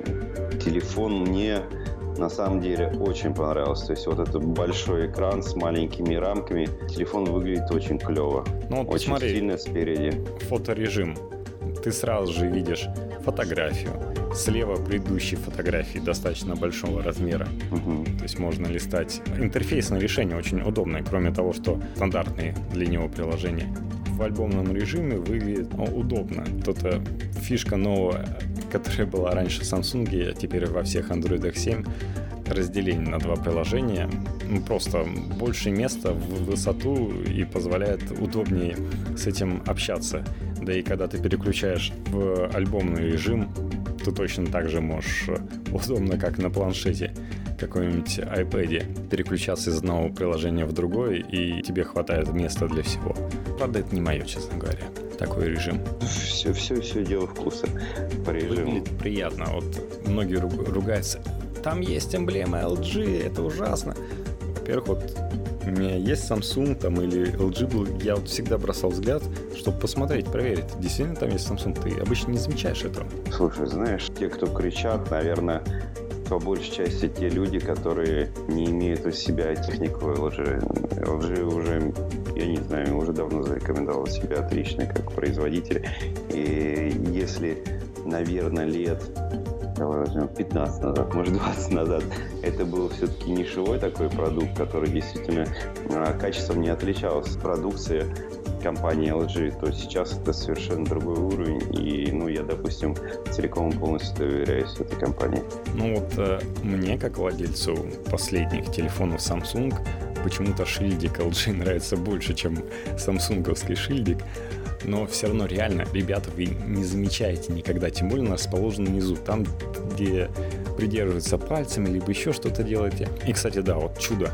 Телефон мне на самом деле очень понравился. То есть вот этот большой экран с маленькими рамками. Телефон выглядит очень клево. Ну, вот очень посмотри, стильно спереди. Фоторежим. Ты сразу же видишь фотографию. Слева предыдущей фотографии достаточно большого размера. Угу. То есть можно листать. Интерфейсное решение очень удобное, кроме того, что стандартные для него приложения. В альбомном режиме выглядит удобно. Это фишка новая, которая была раньше в Samsung, а теперь во всех Android семь. Разделение на два приложения. Просто больше места в высоту и позволяет удобнее с этим общаться. Да и когда ты переключаешь в альбомный режим, ты точно так же можешь удобно, как на планшете, какой-нибудь iPad, переключаться из одного приложения в другое, и тебе хватает места для всего. Правда, это не мое, честно говоря, такой режим. Все, все, все дело вкуса по режиму. Выглядит приятно. Вот многие ругаются. там есть эмблема эл джи, это ужасно. Во-первых, вот у меня есть Samsung там или эл джи был, я вот всегда бросал взгляд, чтобы посмотреть, проверить, действительно там есть Samsung, ты обычно не замечаешь этого. Слушай, знаешь, те, кто кричат, наверное, по большей части те люди, которые не имеют у себя технику эл джи. эл джи уже, я не знаю, уже давно зарекомендовал себя отлично как производитель. И если, наверное, лет пятнадцать назад, может двадцать назад, это был все-таки нишевой такой продукт, который действительно качеством не отличался от продукции компании эл джи, то сейчас это совершенно другой уровень, и, ну, я, допустим, целиком и полностью доверяюсь этой компании. Ну вот э, мне, как владельцу последних телефонов Samsung, почему-то шильдик эл джи нравится больше, чем самсунговский шильдик, но все равно реально, ребята, вы не замечаете никогда, тем более он расположен внизу, там, где придерживаются пальцами, либо еще что-то делаете. И, кстати, да, вот чудо,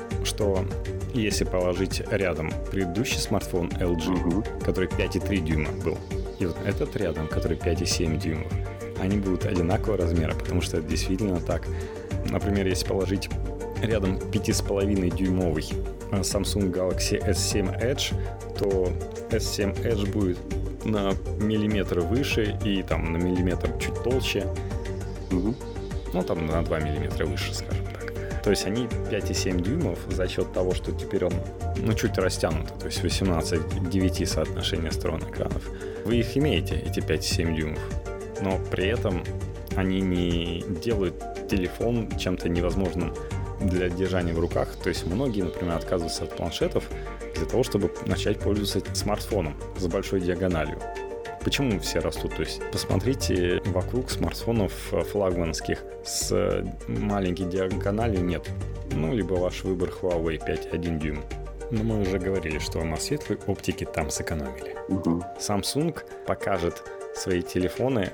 что если положить рядом предыдущий смартфон эл джи, uh-huh. который пять и три дюйма был, и вот этот рядом, который пять и семь дюймов, они будут одинакового размера, потому что это действительно так. Например, если положить рядом пять и пять дюймовый Samsung Galaxy эс семь Edge, то эс семь Edge будет на миллиметр выше и там на миллиметр чуть толще. Uh-huh. Ну, там на два миллиметра выше, скажем так. То есть они пять и семь дюймов за счет того, что теперь он, ну, чуть растянут, то есть восемнадцать к девяти соотношение сторон экранов. Вы их имеете, эти пять и семь дюймов, но при этом они не делают телефон чем-то невозможным для держания в руках. То есть многие, например, отказываются от планшетов для того, чтобы начать пользоваться смартфоном с большой диагональю. Почему все растут? То есть посмотрите вокруг смартфонов флагманских с маленькой диагональю нет. Ну, либо ваш выбор Huawei пять и один дюйм. Но мы уже говорили, что на светлой оптике там сэкономили. Угу. Samsung покажет свои телефоны.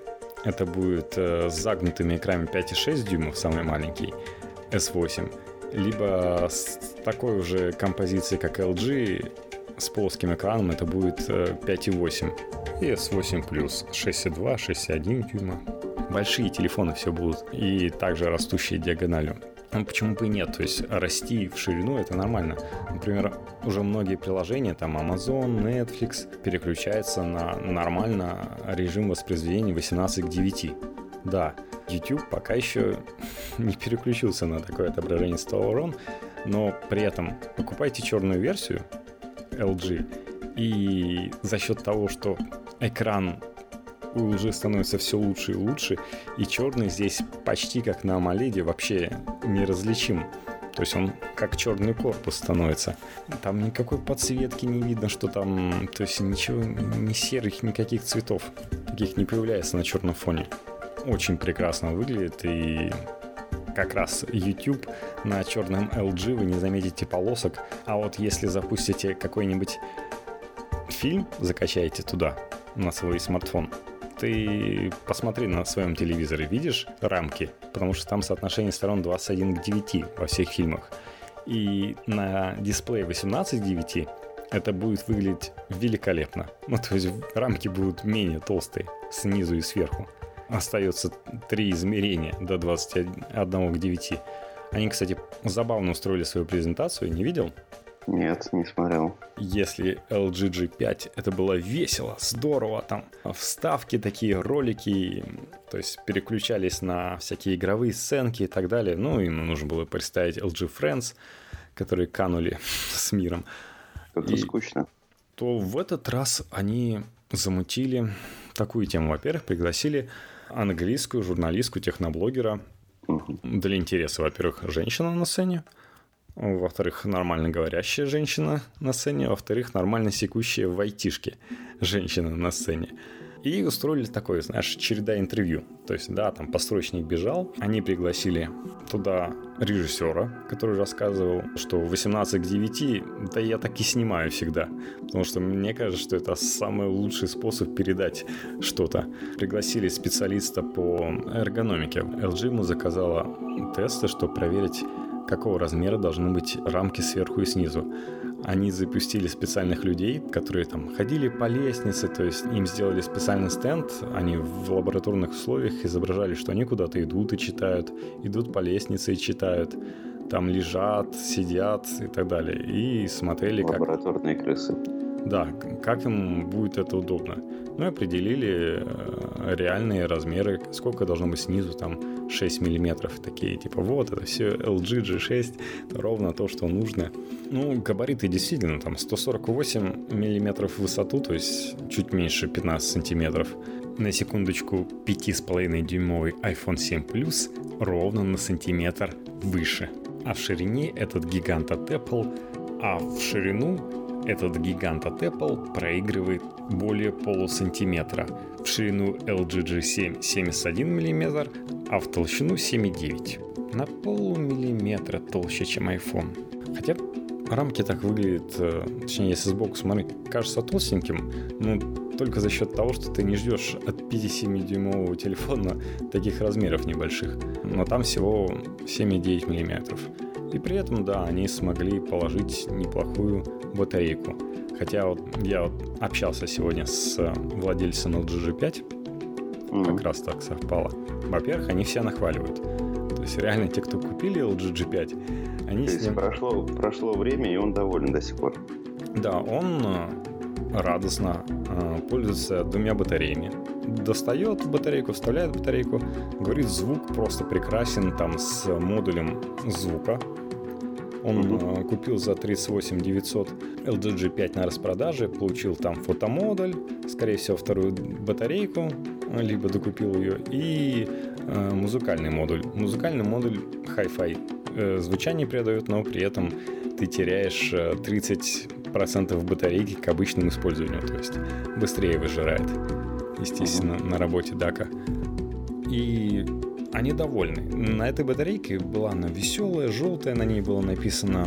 Это будет э, с загнутыми экранами пять и шесть дюймов, самый маленький, эс восемь. Либо с такой уже композицией, как эл джи, с плоским экраном, это будет э, пять и восемь. И эс восемь плюс, шесть и два, шесть и один дюйма. Большие телефоны все будут. И также растущие диагональю. Ну, почему бы и нет? То есть расти в ширину — это нормально. Например, уже многие приложения, там Amazon, Netflix, переключаются на нормально режим воспроизведения восемнадцать к девяти. Да, YouTube пока еще не переключился на такое отображение с сторон, но при этом покупайте черную версию эл джи, и за счет того, что экран у эл джи становится все лучше и лучше, и черный здесь почти как на AMOLED вообще неразличим. То есть он как черный корпус становится. Там никакой подсветки не видно, что там... То есть ничего, ни серых, никаких цветов таких не появляется на черном фоне. Очень прекрасно выглядит, и как раз YouTube на черном эл джи вы не заметите полосок. А вот если запустите какой-нибудь фильм, закачаете туда на свой смартфон, ты посмотри на своем телевизоре, видишь рамки, потому что там соотношение сторон двадцать один к девяти во всех фильмах. И на дисплее восемнадцать к девяти это будет выглядеть великолепно. Ну, то есть рамки будут менее толстые снизу и сверху. Остается три измерения до двадцати одного к девяти. Они, кстати, забавно устроили свою презентацию, не видел? Нет, не смотрел. Если эл джи джи пять это было весело, здорово, там вставки такие, ролики, то есть переключались на всякие игровые сценки и так далее. Ну, им нужно было представить эл джи Friends, которые канули с миром. Это и скучно. То в этот раз они замутили такую тему. Во-первых, пригласили английскую журналистку, техноблогера. Угу. Для интереса, во-первых, женщина на сцене. Во-вторых, нормально говорящая женщина на сцене. Во-вторых, нормально секущая в айтишке женщина на сцене. И устроили такое, знаешь, череда интервью. То есть, да, там построчник бежал. Они пригласили туда режиссера, который рассказывал, что восемнадцать к девяти, да я так и снимаю всегда. Потому что мне кажется, что это самый лучший способ передать что-то. Пригласили специалиста по эргономике. эл джи ему заказала тесты, чтобы проверить, какого размера должны быть рамки сверху и снизу. Они запустили специальных людей, которые там ходили по лестнице, то есть им сделали специальный стенд, они в лабораторных условиях изображали, что они куда-то идут и читают, идут по лестнице и читают, там лежат, сидят и так далее, и смотрели, как... Лабораторные крысы. Да, как им будет это удобно. Ну и определили реальные размеры, сколько должно быть снизу, там шесть миллиметров, такие, типа, вот, это все эл джи джи шесть, ровно то, что нужно. Ну, габариты действительно, там, сто сорок восемь миллиметров в высоту, то есть чуть меньше пятнадцать сантиметров. На секундочку, пять с половиной дюймовый айфон семь плюс ровно на сантиметр выше. А в ширине этот гигант от Apple, а в ширину этот гигант от Apple проигрывает более полусантиметра. В ширину эл джи джи семь семьдесят один миллиметр, а в толщину семь и девять. На полумиллиметра толще, чем iPhone. Хотя рамки так выглядят, точнее, если сбоку смотреть, кажется толстеньким, но только за счет того, что ты не ждешь от пяти-семидюймового телефона таких размеров небольших. Но там всего семь и девять миллиметров. И при этом, да, они смогли положить неплохую батарейку. Хотя вот я вот общался сегодня с владельцем эл джи джи пять, mm-hmm. как раз так совпало. Во-первых, они все нахваливают. То есть реально те, кто купили эл джи джи пять, они То с есть ним... прошло, прошло время, и он доволен до сих пор. Да, он радостно э, пользуется двумя батареями. Достает батарейку, вставляет батарейку, говорит, звук просто прекрасен, там с модулем звука. Он uh-huh. э, купил за тридцать восемь тысяч девятьсот эл джи джи пять на распродаже, получил там фотомодуль, скорее всего, вторую батарейку, либо докупил ее, и э, музыкальный модуль. Музыкальный модуль Hi-Fi э, звучание передает, но при этом ты теряешь э, тридцать процентов батарейки к обычному использованию, то есть быстрее выжирает, естественно, uh-huh. на работе дака. И они довольны. На этой батарейке была она веселая, желтая, на ней было написано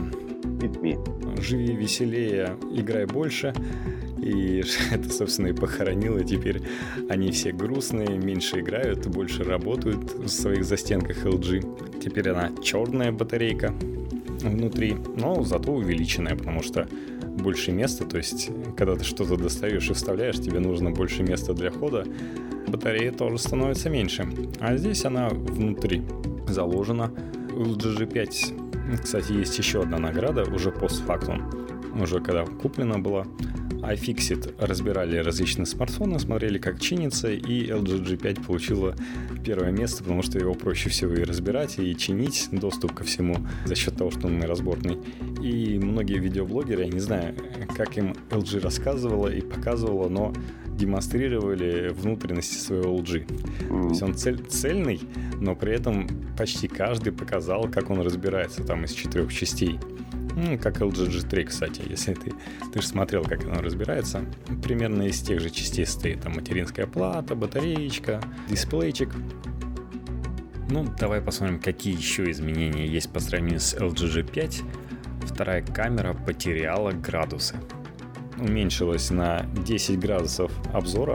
«Живи веселее, играй больше». И это, собственно, и похоронило. Теперь они все грустные, меньше играют, больше работают в своих застенках эл джи. Теперь она черная батарейка внутри, но зато увеличенная, потому что больше места, то есть когда ты что-то достаешь и вставляешь, тебе нужно больше места для хода, батарея тоже становится меньше. А здесь она внутри заложена. У эл джи джи пять, кстати, есть еще одна награда, уже постфактум, уже когда куплена была. iFixit разбирали различные смартфоны, смотрели, как чинится, и эл джи джи пять получила первое место, потому что его проще всего и разбирать, и чинить, доступ ко всему за счет того, что он разборный. И многие видеоблогеры, я не знаю, как им эл джи рассказывала и показывала, но демонстрировали внутренности своего эл джи. То есть он цель, цельный, но при этом почти каждый показал, как он разбирается там из четырех частей. Ну, как эл джи джи три, кстати, если ты, ты же смотрел, как оно разбирается. Примерно из тех же частей стоит там материнская плата, батареечка, дисплейчик. Ну, давай посмотрим, какие еще изменения есть по сравнению с эл джи джи пять. Вторая камера потеряла градусы. Уменьшилась на десять градусов обзора.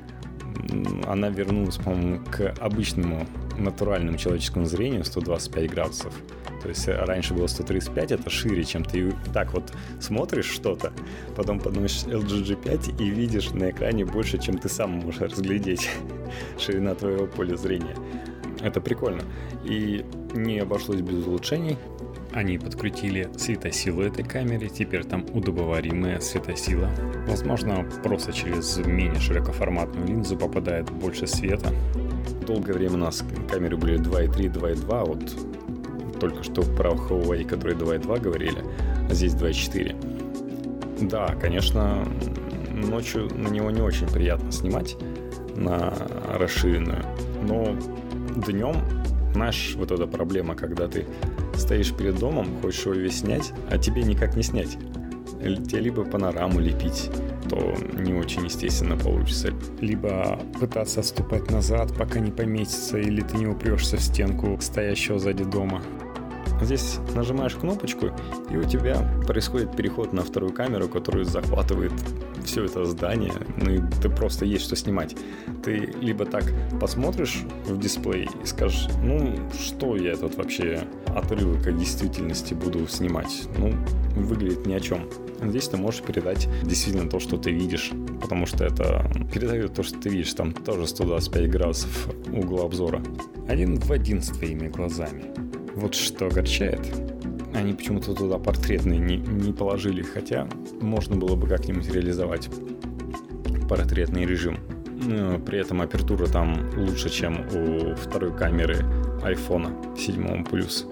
Она вернулась, по-моему, к обычному натуральному человеческому зрению сто двадцать пять градусов. То есть раньше было сто тридцать пять, это шире, чем ты так вот смотришь что-то, потом подносишь эл джи джи пять и видишь на экране больше, чем ты сам можешь разглядеть. Ширина твоего поля зрения. Это прикольно. И не обошлось без улучшений. Они подкрутили светосилу этой камере, теперь там удобоваримая светосила. Возможно, просто через менее широкоформатную линзу попадает больше света. Долгое время у нас камеры были два и три, два и два, вот только что про Huawei, которые два и два говорили, а здесь два и четыре. Да, конечно, ночью на него не очень приятно снимать, на расширенную, но днем, знаешь, вот эта проблема, когда ты стоишь перед домом, хочешь его весь снять, а тебе никак не снять. Тебе либо панораму лепить, то не очень естественно получится, либо пытаться отступать назад, пока не поместится, или ты не упрешься в стенку стоящего сзади дома. Здесь нажимаешь кнопочку, и у тебя происходит переход на вторую камеру, которая захватывает все это здание, ну и ты просто есть что снимать. Ты либо так посмотришь в дисплей и скажешь, ну, что я тут вообще отрывок от действительности буду снимать? Ну, выглядит ни о чем. Здесь ты можешь передать действительно то, что ты видишь, потому что это передает то, что ты видишь. Там тоже сто двадцать пять градусов угла обзора. Один в один с твоими глазами. Вот что огорчает. Они почему-то туда портретные не, не положили, хотя можно было бы как-нибудь реализовать портретный режим. Но при этом апертура там лучше, чем у второй камеры айфона седьмого плюс.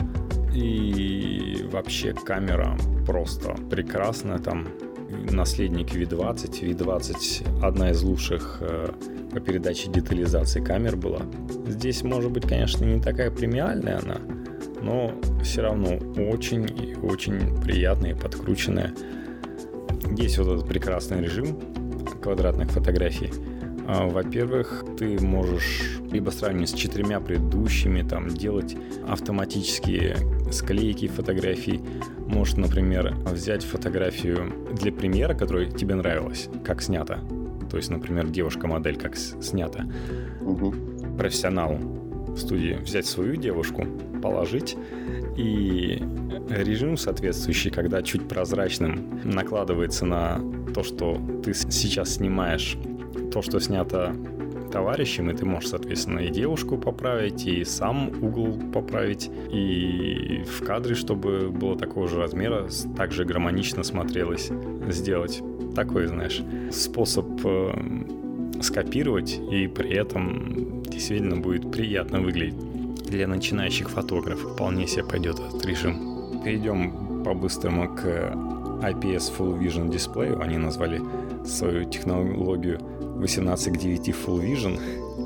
И вообще камера просто прекрасная. Там наследник ви двадцать. ви двадцать одна из лучших э, по передаче детализации камер была. Здесь, может быть, конечно, не такая премиальная она, но все равно очень и очень приятная и подкрученная. Есть вот этот прекрасный режим квадратных фотографий. Во-первых, ты можешь либо сравнивать с четырьмя предыдущими, там, делать автоматические склейки фотографий. Можешь, например, взять фотографию для примера, которая тебе нравилась, как снята. То есть, например, девушка-модель как снята. Угу. Профессионал в студии взять свою девушку, положить, и режим соответствующий, когда чуть прозрачным накладывается на то, что ты сейчас снимаешь, то, что снято товарищем, и ты можешь, соответственно, и девушку поправить, и сам угол поправить, и в кадре, чтобы было такого же размера, также гармонично смотрелось, сделать. Такой, знаешь, способ э, скопировать, и при этом действительно будет приятно выглядеть. Для начинающих фотографов вполне себе пойдет этот режим. Перейдем по-быстрому к ай пи эс Full Vision дисплею. Они назвали свою технологию восемнадцать к девяти Full Vision.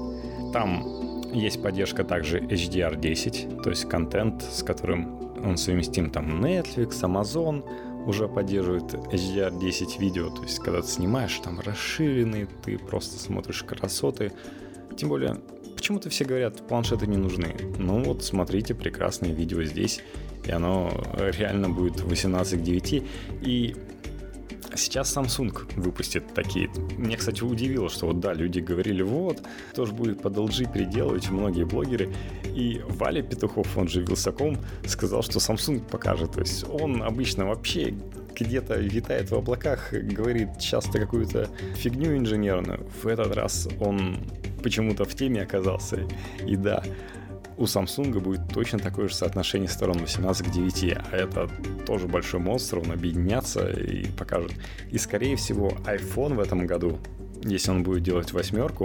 Там есть поддержка также эйч ди ар десять, то есть контент, с которым он совместим. Там Netflix, Amazon уже поддерживает эйч ди ар десять видео. То есть когда ты снимаешь, там расширенный, ты просто смотришь красоты. Тем более, почему-то все говорят, планшеты не нужны. Ну вот, смотрите, прекрасное видео здесь, и оно реально будет восемнадцать к девяти. И сейчас Samsung выпустит такие. Меня, кстати, удивило, что вот да, люди говорили, вот, тоже будет под эл джи переделывать, многие блогеры. И Валя Петухов, он же Вилсаком, сказал, что Samsung покажет. То есть он обычно вообще где-то витает в облаках, говорит часто какую-то фигню инженерную. В этот раз он почему-то в теме оказался. И да, у Samsung будет точно такое же соотношение сторон восемнадцать к девяти, а это тоже большой монстр, он объединятся и покажет. И, скорее всего, iPhone в этом году, если он будет делать восьмерку,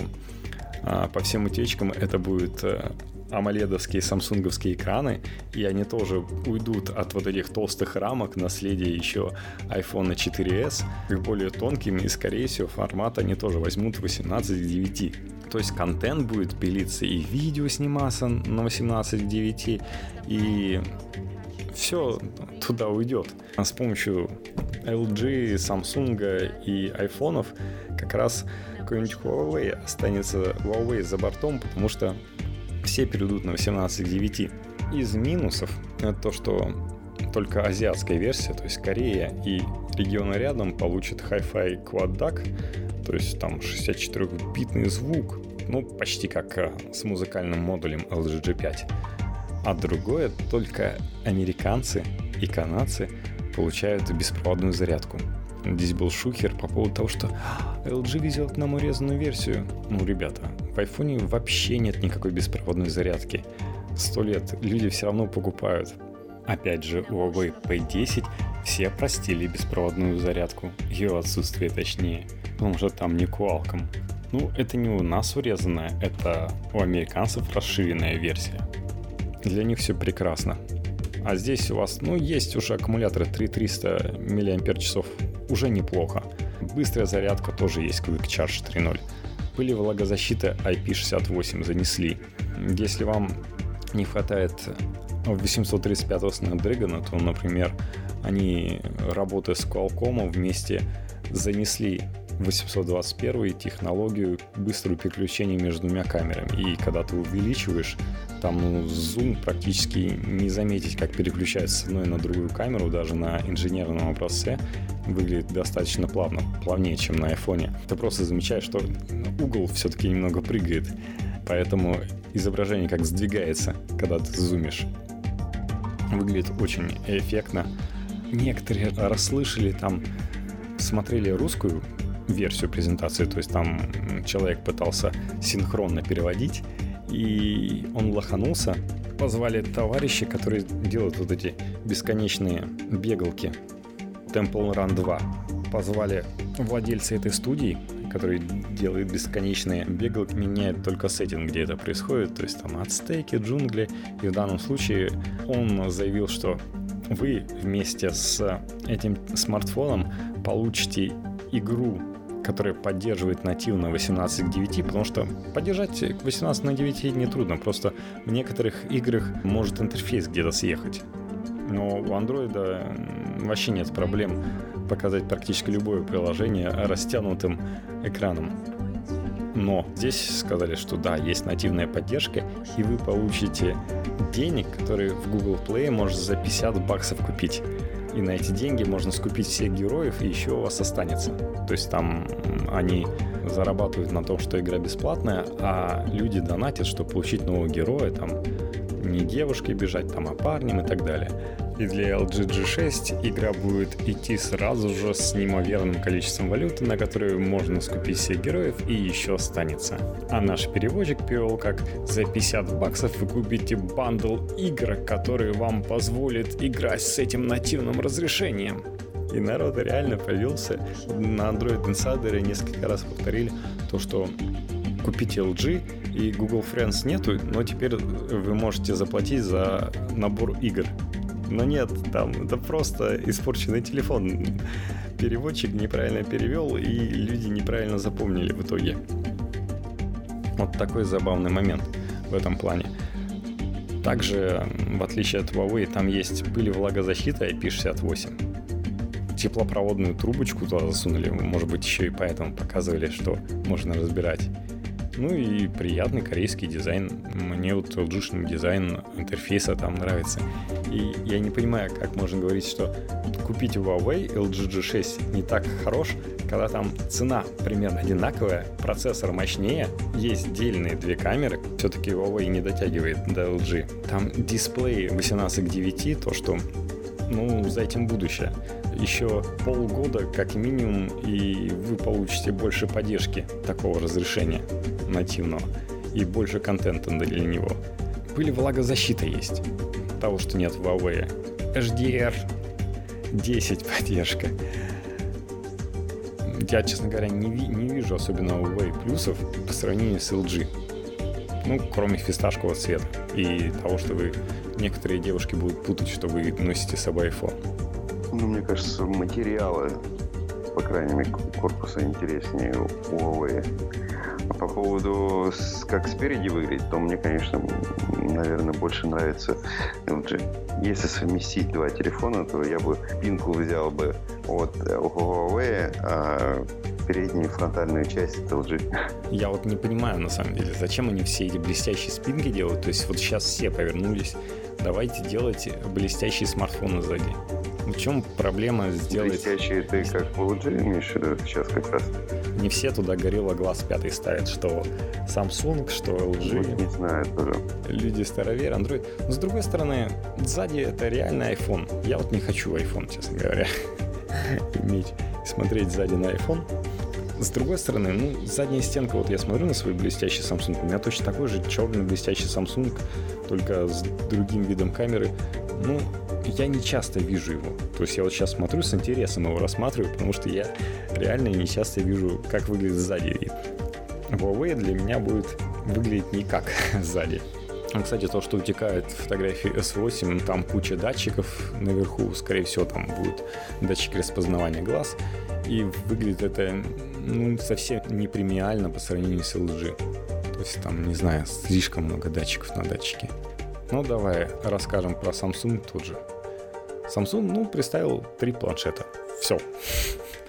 по всем утечкам это будут амоледовские самсунговские экраны, и они тоже уйдут от вот этих толстых рамок, наследия еще iPhone четыре эс, к более тонким, и, скорее всего, формат они тоже возьмут восемнадцать к девяти. То есть контент будет пилиться, и видео сниматься на восемнадцать к девяти, и все туда уйдет. А с помощью эл джи, Samsung и айфонов как раз какой-нибудь Huawei останется Huawei за бортом, потому что все перейдут на восемнадцать к девяти. Из минусов это то, что только азиатская версия, то есть Корея и регионы рядом, получат Hi-Fi Quad ди эй си, то есть там шестьдесят четырёхбитный звук, ну почти как с музыкальным модулем эл джи джи пять. А другое, только американцы и канадцы получают беспроводную зарядку. Здесь был шухер по поводу того, что эл джи везет нам урезанную версию. Ну, ребята, в айфоне вообще нет никакой беспроводной зарядки. Сто лет люди все равно покупают. Опять же, у Huawei пи десять все простили беспроводную зарядку. Ее отсутствие точнее. Потому что там не Qualcomm. Ну, это не у нас урезанная, это у американцев расширенная версия. Для них все прекрасно. А здесь у вас, ну, есть уже аккумуляторы три тысячи триста миллиампер-часов. Уже неплохо. Быстрая зарядка тоже есть, Quick Charge три ноль. Пылевлагозащита ай пи шестьдесят восемь занесли. Если вам не хватает восемьсот тридцать пятого Snapdragon, то, например, они, работая с Qualcomm, вместе занесли восемьсот двадцать один технологию быстрого переключения между двумя камерами. И когда ты увеличиваешь, там ну, зум практически не заметить, как переключается с одной на другую камеру, даже на инженерном образце выглядит достаточно плавно, плавнее, чем на айфоне. Ты просто замечаешь, что угол все-таки немного прыгает, поэтому изображение как сдвигается, когда ты зумишь. Выглядит очень эффектно. Некоторые расслышали, там смотрели русскую версию презентации, то есть там человек пытался синхронно переводить, и он лоханулся. Позвали товарища, которые делают вот эти бесконечные бегалки Temple Run два. Позвали владельца этой студии, который делает бесконечные бегалки, меняет только сеттинг, где это происходит, то есть там ацтеки, джунгли, и в данном случае он заявил, что вы вместе с этим смартфоном получите игру, которая поддерживает нативно восемнадцать к девяти, потому что поддержать восемнадцать на девяти нетрудно, просто в некоторых играх может интерфейс где-то съехать. Но у Android вообще нет проблем показать практически любое приложение растянутым экраном. Но здесь сказали, что да, есть нативная поддержка, и вы получите денег, которые в Google Play можно за пятьдесят баксов купить. И на эти деньги можно скупить всех героев, и еще у вас останется. То есть там они зарабатывают на том, что игра бесплатная, а люди донатят, чтобы получить нового героя, там не девушкой бежать, там, а парнем и так далее. И для эл джи джи шесть игра будет идти сразу же с неимоверным количеством валюты, на которую можно скупить всех героев, и еще останется. А наш переводчик перевел как: за пятьдесят баксов вы купите бандл игр, который вам позволит играть с этим нативным разрешением. И народ реально повелся. На Android Insider несколько раз повторили то, что купите эл джи, и Google Friends нету, но теперь вы можете заплатить за набор игр. Но нет, там это просто испорченный телефон. Переводчик неправильно перевел, и люди неправильно запомнили в итоге. Вот такой забавный момент в этом плане. Также, в отличие от Huawei, там есть пыль и влагозащита ай пи шестьдесят восемь. Теплопроводную трубочку туда засунули, может быть, еще и поэтому показывали, что можно разбирать. Ну и приятный корейский дизайн. Мне вот эл джи-шный дизайн интерфейса там нравится. И я не понимаю, как можно говорить, что купить Huawei эл джи джи шесть не так хорош, когда там цена примерно одинаковая, процессор мощнее, есть отдельные две камеры. Все-таки Huawei не дотягивает до эл джи. Там дисплей восемнадцать к девяти, то, что, ну, за этим будущее. Еще полгода как минимум, и вы получите больше поддержки такого разрешения нативного и больше контента для него. Пыль и влагозащита есть, того, что нет в Huawei. эйч ди ар десять поддержка. Я, честно говоря, не, ви- не вижу особенно Huawei плюсов по сравнению с эл джи. Ну, кроме фисташкового цвета и того, что вы некоторые девушки будут путать, что вы носите с собой iPhone. Ну, мне кажется, материалы, по крайней мере, корпуса интереснее у Huawei. А по поводу, как спереди выглядит, то мне, конечно, наверное, больше нравится эл джи. Если совместить два телефона, то я бы спинку взял бы от Huawei, а переднюю фронтальную часть от эл джи. Я вот не понимаю, на самом деле, зачем они все эти блестящие спинки делают. То есть вот сейчас все повернулись, давайте делать блестящие смартфоны сзади. В чем проблема сделать... Блестящие ты как в эл джи имеешь сейчас как раз? Не все туда Gorilla Glass пять ставят, что Samsung, что эл джи. Вот не знаю тоже. Люди староверы, Android. Но с другой стороны, сзади это реальный iPhone. Я вот не хочу iPhone, честно говоря, иметь, смотреть сзади на iPhone. С другой стороны, ну, задняя стенка, вот я смотрю на свой блестящий Samsung, у меня точно такой же черный блестящий Samsung, только с другим видом камеры. Ну, я не часто вижу его. То есть я вот сейчас смотрю, с интересом его рассматриваю, потому что я реально не часто вижу, как выглядит сзади. И Huawei для меня будет выглядеть никак сзади. Кстати, то, что утекает фотографии эс восемь, там куча датчиков наверху, скорее всего, там будут датчики распознавания глаз. И выглядит это, ну, совсем не премиально по сравнению с эл джи. То есть там, не знаю, слишком много датчиков на датчике. Ну, давай расскажем про Samsung тут же. Samsung, ну, представил три планшета. Все.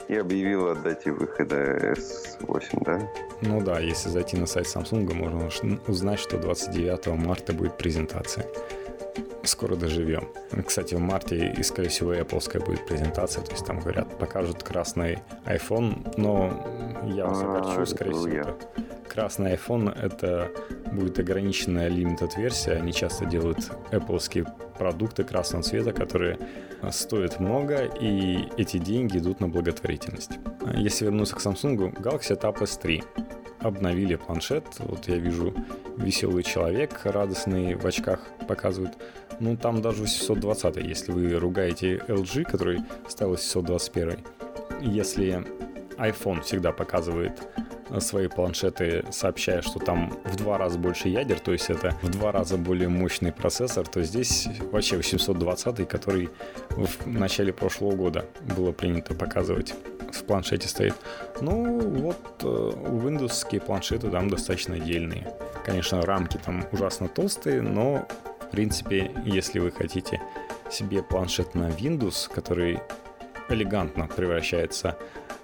И объявила о дате выхода эс восемь, да? Ну да, если зайти на сайт Samsung, можно узнать, что двадцать девятого марта будет презентация. Скоро доживем. Кстати, в марте, и, скорее всего, и Apple-ская будет презентация. То есть там, говорят, покажут красный iPhone, но я вас огорчу, скорее всего, это красный iPhone — это будет ограниченная limited версия. Они часто делают Apple-ские продукты красного цвета, которые стоят много, и эти деньги идут на благотворительность. Если вернуться к Samsung, Galaxy Tab эс три. Обновили планшет. Вот я вижу, веселый человек, радостный, в очках показывает. Ну, там даже восемьсот двадцать. Если вы ругаете эл джи, который ставил восемьсот двадцать один. Если iPhone всегда показывает свои планшеты, сообщая, что там в два раза больше ядер, то есть это в два раза более мощный процессор, то здесь вообще восемьсот двадцать, который в начале прошлого года было принято показывать, в планшете стоит. Ну вот, Windows-ские планшеты там достаточно отдельные. Конечно, рамки там ужасно толстые, но в принципе, если вы хотите себе планшет на Windows, который элегантно превращается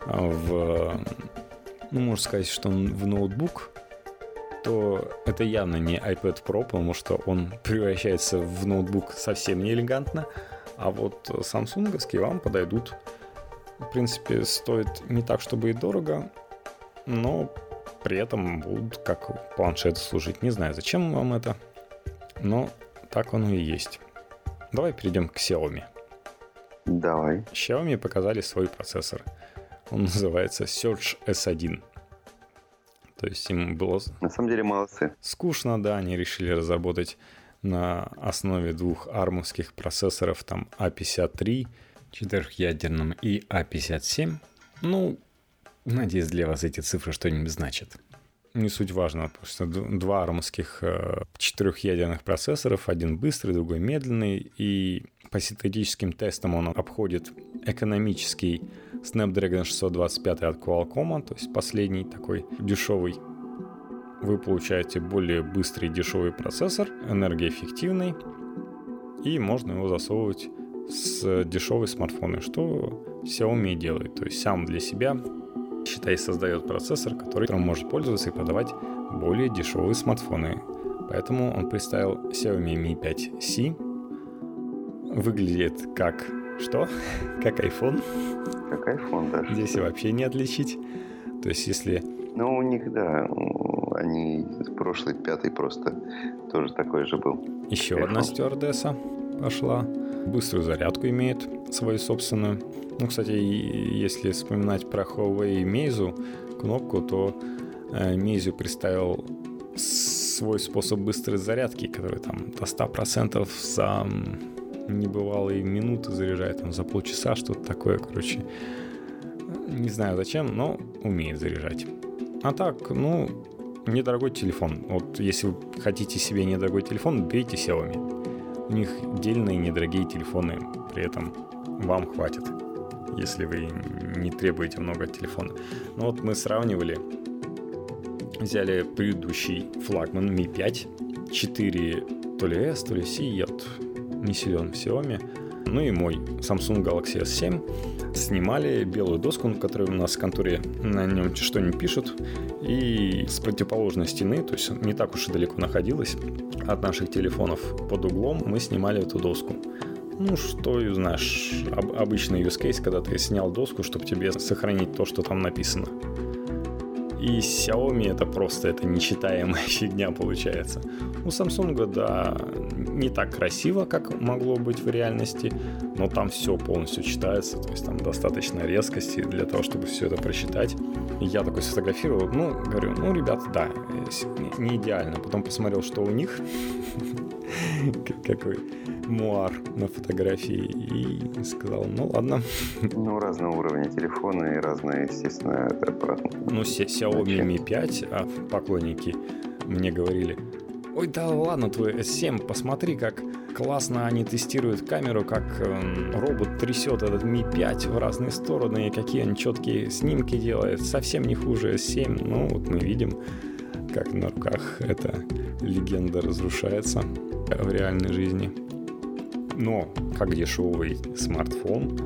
в, ну, можно сказать, что он в ноутбук, то это явно не iPad Pro, потому что он превращается в ноутбук совсем не элегантно, а вот самсунговские вам подойдут. В принципе, стоит не так, чтобы и дорого, но при этом будут как планшет служить. Не знаю, зачем вам это, но так оно и есть. Давай перейдем к Xiaomi. Давай. Xiaomi показали свой процессор. Он называется Surge эс один. То есть им было... На самом деле молодцы. Скучно, да, они решили разработать на основе двух армовских процессоров, там а пятьдесят три четырехъядерным и а пятьдесят семь. Ну, надеюсь, для вас эти цифры что-нибудь значат. Не суть важно, потому что два армовских э, четырехъядерных процессоров, один быстрый, другой медленный, и по синтетическим тестам он обходит экономический Snapdragon шестьсот двадцать пять от Qualcomm, то есть последний такой дешевый. Вы получаете более быстрый дешевый процессор, энергоэффективный, и можно его засовывать с дешевые смартфоны, что Xiaomi делает. То есть сам для себя, считай, создает процессор, который может пользоваться и продавать более дешевые смартфоны. Поэтому он представил Xiaomi Mi пять си. Выглядит как... Что? Как iPhone. Как iPhone, да. Здесь вообще не отличить. То есть если... Ну, у них, да, они... Прошлый, пятый просто тоже такой же был. Еще iPhone. Одна стюардесса пошла. Быструю зарядку имеет свою собственную. Ну, кстати, если вспоминать про Huawei и Meizu кнопку, то Meizu представил свой способ быстрой зарядки, который там до сто процентов за небывалые минуты заряжает, там, за полчаса, что-то такое, короче. Не знаю зачем, но умеет заряжать. А так, ну, недорогой телефон. Вот если вы хотите себе недорогой телефон, берите Xiaomi. У них дельные недорогие телефоны, при этом вам хватит, если вы не требуете много от телефона. Ну вот мы сравнивали, взяли предыдущий флагман Mi пять, четыре то ли S, то ли C, я вот не силен в Xiaomi, ну и мой Samsung Galaxy эс семь. Снимали белую доску, на которой у нас в конторе на нем что-нибудь пишут, и с противоположной стены, то есть не так уж и далеко находилась от наших телефонов, под углом мы снимали эту доску. Ну, что, знаешь, об, обычный use case, когда ты снял доску, чтобы тебе сохранить то, что там написано. И Xiaomi это просто, это нечитаемая фигня получается. У Samsung, да, не так красиво, как могло быть в реальности, но там все полностью читается, то есть там достаточно резкости для того, чтобы все это прочитать. И я такой сфотографировал, ну, говорю, ну, ребята, да, не идеально. Потом посмотрел, что у них, какой муар на фотографии, и сказал, ну, ладно. Ну, разного уровня телефона и разное, естественно, аппарат. Ну, Xiaomi Mi пять, а поклонники мне говорили, ой, да ладно, твой эс семь, посмотри, как классно они тестируют камеру, как э, робот трясет этот Ми пять в разные стороны, и какие он четкие снимки делает, совсем не хуже эс семь. Ну, вот мы видим, как на руках эта легенда разрушается в реальной жизни. Но, как дешевый смартфон,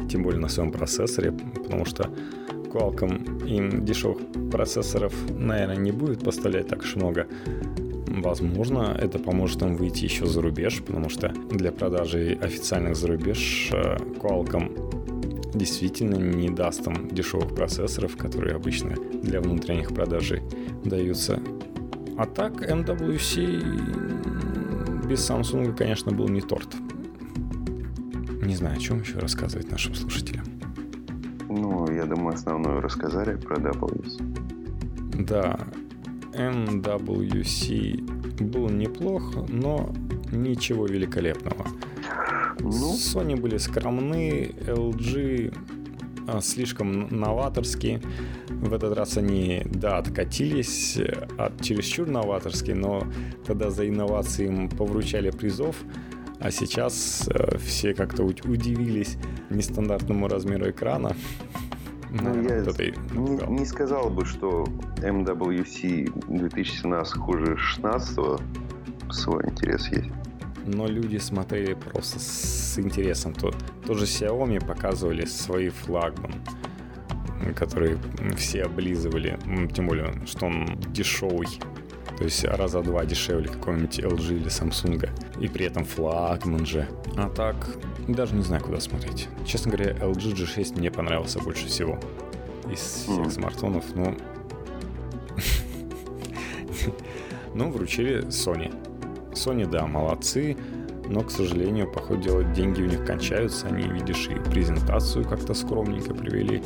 тем более на своем процессоре, потому что Qualcomm им дешевых процессоров, наверное, не будет поставлять так уж много. Возможно, это поможет им выйти еще за рубеж, потому что для продажи официальных за рубеж Qualcomm действительно не даст им дешевых процессоров, которые обычно для внутренних продажей даются. А так, эм дабл ю си без Samsung, конечно, был не торт. Не знаю, о чем еще рассказывать нашим слушателям. Ну, я думаю, основное рассказали про дабл ю си. Да, эм дабл ю си был неплох, но ничего великолепного. Ну? Sony были скромны, эл джи а, слишком новаторские. В этот раз они, да, откатились от чересчур новаторские, но тогда за инновации им повручали призов. А сейчас э, все как-то удивились нестандартному размеру экрана. Ну, наверное, я не, не сказал бы, что эм дабл ю си две тысячи семнадцать хуже шестнадцатого. Свой интерес есть. Но люди смотрели просто с интересом. То, тоже Xiaomi показывали свои флагман, которые все облизывали. Тем более, что он дешевый. То есть раза два дешевле какого-нибудь эл джи или Samsung. И при этом флагман же. А так, даже не знаю, куда смотреть. Честно говоря, эл джи джи шесть мне понравился больше всего из всех mm. смартфонов. Ну, ну, вручили Sony. Sony, да, молодцы. Но, к сожалению, по ходу дела, деньги у них кончаются. Они, видишь, и презентацию как-то скромненько привели.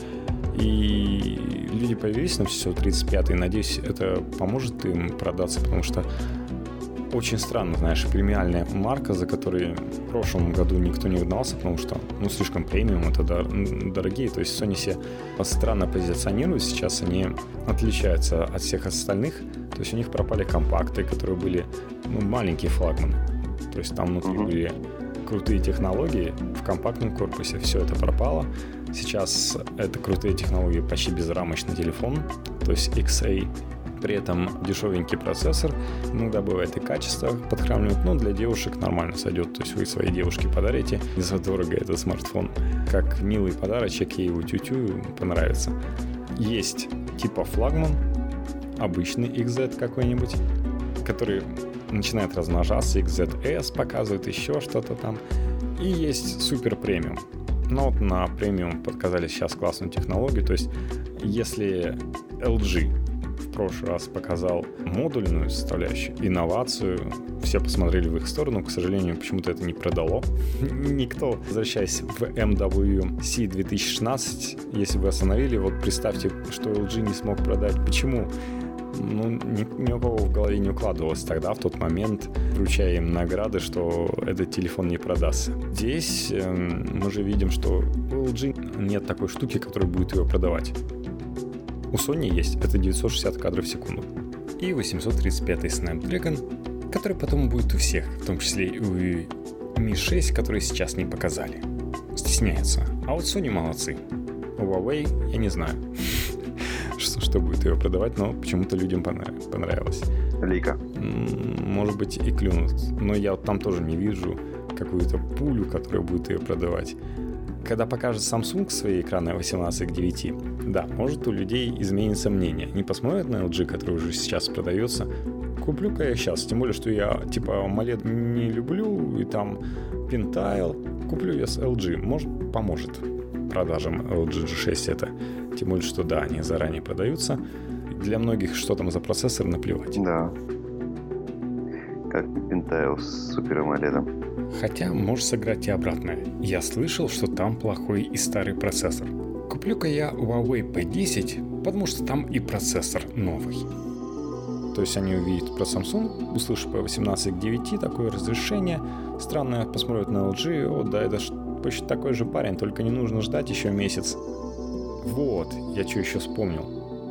И люди появились на все тридцать пятый. Надеюсь, это поможет им продаться, потому что очень странно, знаешь, премиальная марка, за которой в прошлом году никто не угнался, потому что, ну, слишком премиум, это дорогие. То есть Sony себя странно позиционирует. Сейчас они отличаются от всех остальных. То есть у них пропали компакты, которые были, ну, маленькие флагманы. То есть там внутри uh-huh. были крутые технологии в компактном корпусе. Все это пропало. Сейчас это крутые технологии, почти безрамочный телефон, то есть икс эй. При этом дешевенький процессор. Иногда бывает и качество подхрамливает, но для девушек нормально сойдет. То есть вы своей девушке подарите задорого этот смартфон. Как милый подарочек, ей его тю-тю понравится. Есть типа флагман, обычный икс зет какой-нибудь, который начинает размножаться, икс зет эс показывает еще что-то там. И есть супер премиум. Но вот на премиум показали сейчас классную технологию. То есть если эл джи в прошлый раз показал модульную составляющую, инновацию, все посмотрели в их сторону, к сожалению, почему-то это не продало. Никто, возвращаясь в эм дабл ю си две тысячи шестнадцать, если вы остановили, вот представьте, что эл джи не смог продать. Почему? Ну, ни, ни у кого в голове не укладывалось тогда, в тот момент, вручая им награды, что этот телефон не продастся. Здесь э, мы же видим, что у эл джи нет такой штуки, которая будет его продавать. У Sony есть, это девятьсот шестьдесят кадров в секунду. И восемьсот тридцать пятый Snapdragon, который потом будет у всех, в том числе и у ми шесть, который сейчас не показали. Стесняется. А вот Sony молодцы. У Huawei я не знаю, что, что будет ее продавать, но почему-то людям понравилось. Лейка. Может быть, и клюнут. Но я вот там тоже не вижу какую-то пулю, которая будет ее продавать. Когда покажет Samsung свои экраны восемнадцать к девяти, да, может у людей изменится мнение. Не посмотрят на эл джи, который уже сейчас продается. Куплю-ка я сейчас, тем более, что я типа AMOLED не люблю, и там Pentile. Куплю я с эл джи, может, поможет продажам эл джи джи шесть это. Тем более, что да, они заранее продаются. Для многих, что там за процессор, наплевать. Да. Как Pentile с Super AMOLED. Хотя может сыграть и обратное. Я слышал, что там плохой и старый процессор. Куплю-ка я Huawei пи десять, потому что там и процессор новый. То есть они увидят про Samsung, услышат по восемнадцать к девяти такое разрешение. Странно, посмотрят на эл джи, о, да, это почти такой же парень, только не нужно ждать еще месяц. Вот, я что еще вспомнил.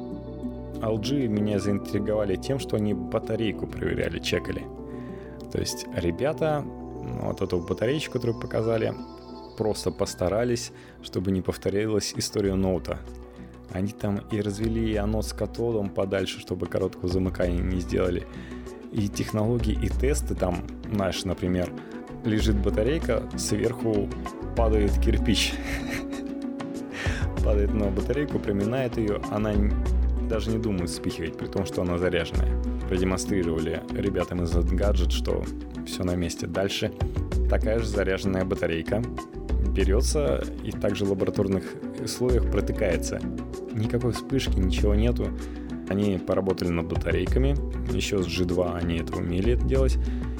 эл джи меня заинтриговали тем, что они батарейку проверяли, чекали. То есть ребята вот эту батареечку, которую показали, просто постарались, чтобы не повторялась история ноута. Они там и развели анод с катодом подальше, чтобы короткого замыкания не сделали. И технологии, и тесты там, знаешь, например, лежит батарейка, сверху падает кирпич. падает на батарейку, приминает ее, она даже не думает вспихивать, при том, что она заряженная. Продемонстрировали ребятам из Engadget, что все на месте. Дальше такая же заряженная батарейка берется и также в лабораторных условиях протыкается. Никакой вспышки, ничего нету. Они поработали над батарейками, еще с джи два они это умели делать,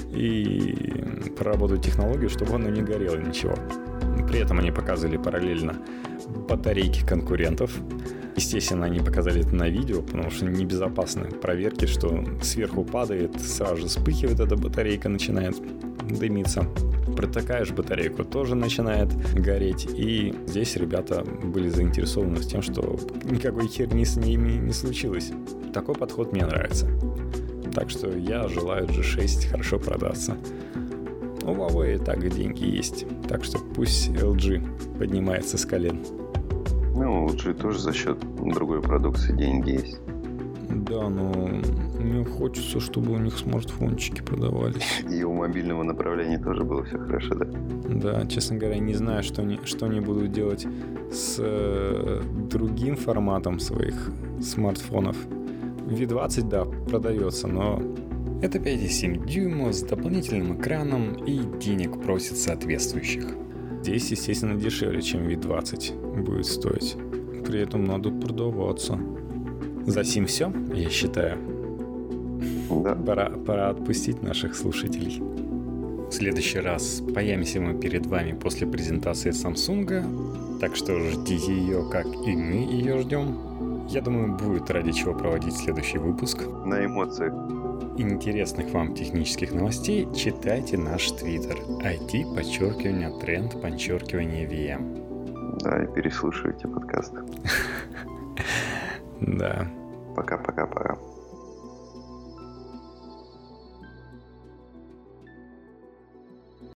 и проработали технологию, чтобы оно не горело, ничего. При этом они показывали параллельно батарейки конкурентов. Естественно, они показали это на видео, потому что небезопасны проверки, что сверху падает, сразу же вспыхивает эта батарейка, начинает дымиться. Протыкаешь батарейку, тоже начинает гореть. И здесь ребята были заинтересованы тем, что никакой херни с ними не случилось. Такой подход мне нравится. Так что я желаю джи шесть хорошо продаться. У Huawei и так деньги есть. Так что пусть эл джи поднимается с колен. Ну, у эл джи тоже за счет другой продукции деньги есть. Да, но мне хочется, чтобы у них смартфончики продавались. И у мобильного направления тоже было все хорошо, да? Да, честно говоря, не знаю, что они, что они будут делать с э, другим форматом своих смартфонов. ви двадцать, да, продается, но это пять и семь дюйма с дополнительным экраном и денег просит соответствующих. Здесь, естественно, дешевле, чем ви двадцать будет стоить. При этом надо продаваться. За сим все, я считаю. Да. Пора, пора отпустить наших слушателей. В следующий раз появимся мы перед вами после презентации Samsung, так что ждите ее, как и мы ее ждем. Я думаю, будет ради чего проводить следующий выпуск. На эмоциях. Интересных вам технических новостей читайте наш твиттер ай ти, подчеркивание, тренд, подчеркивание, ви эм. Да, и переслушивайте подкасты. Да. Пока-пока-пока.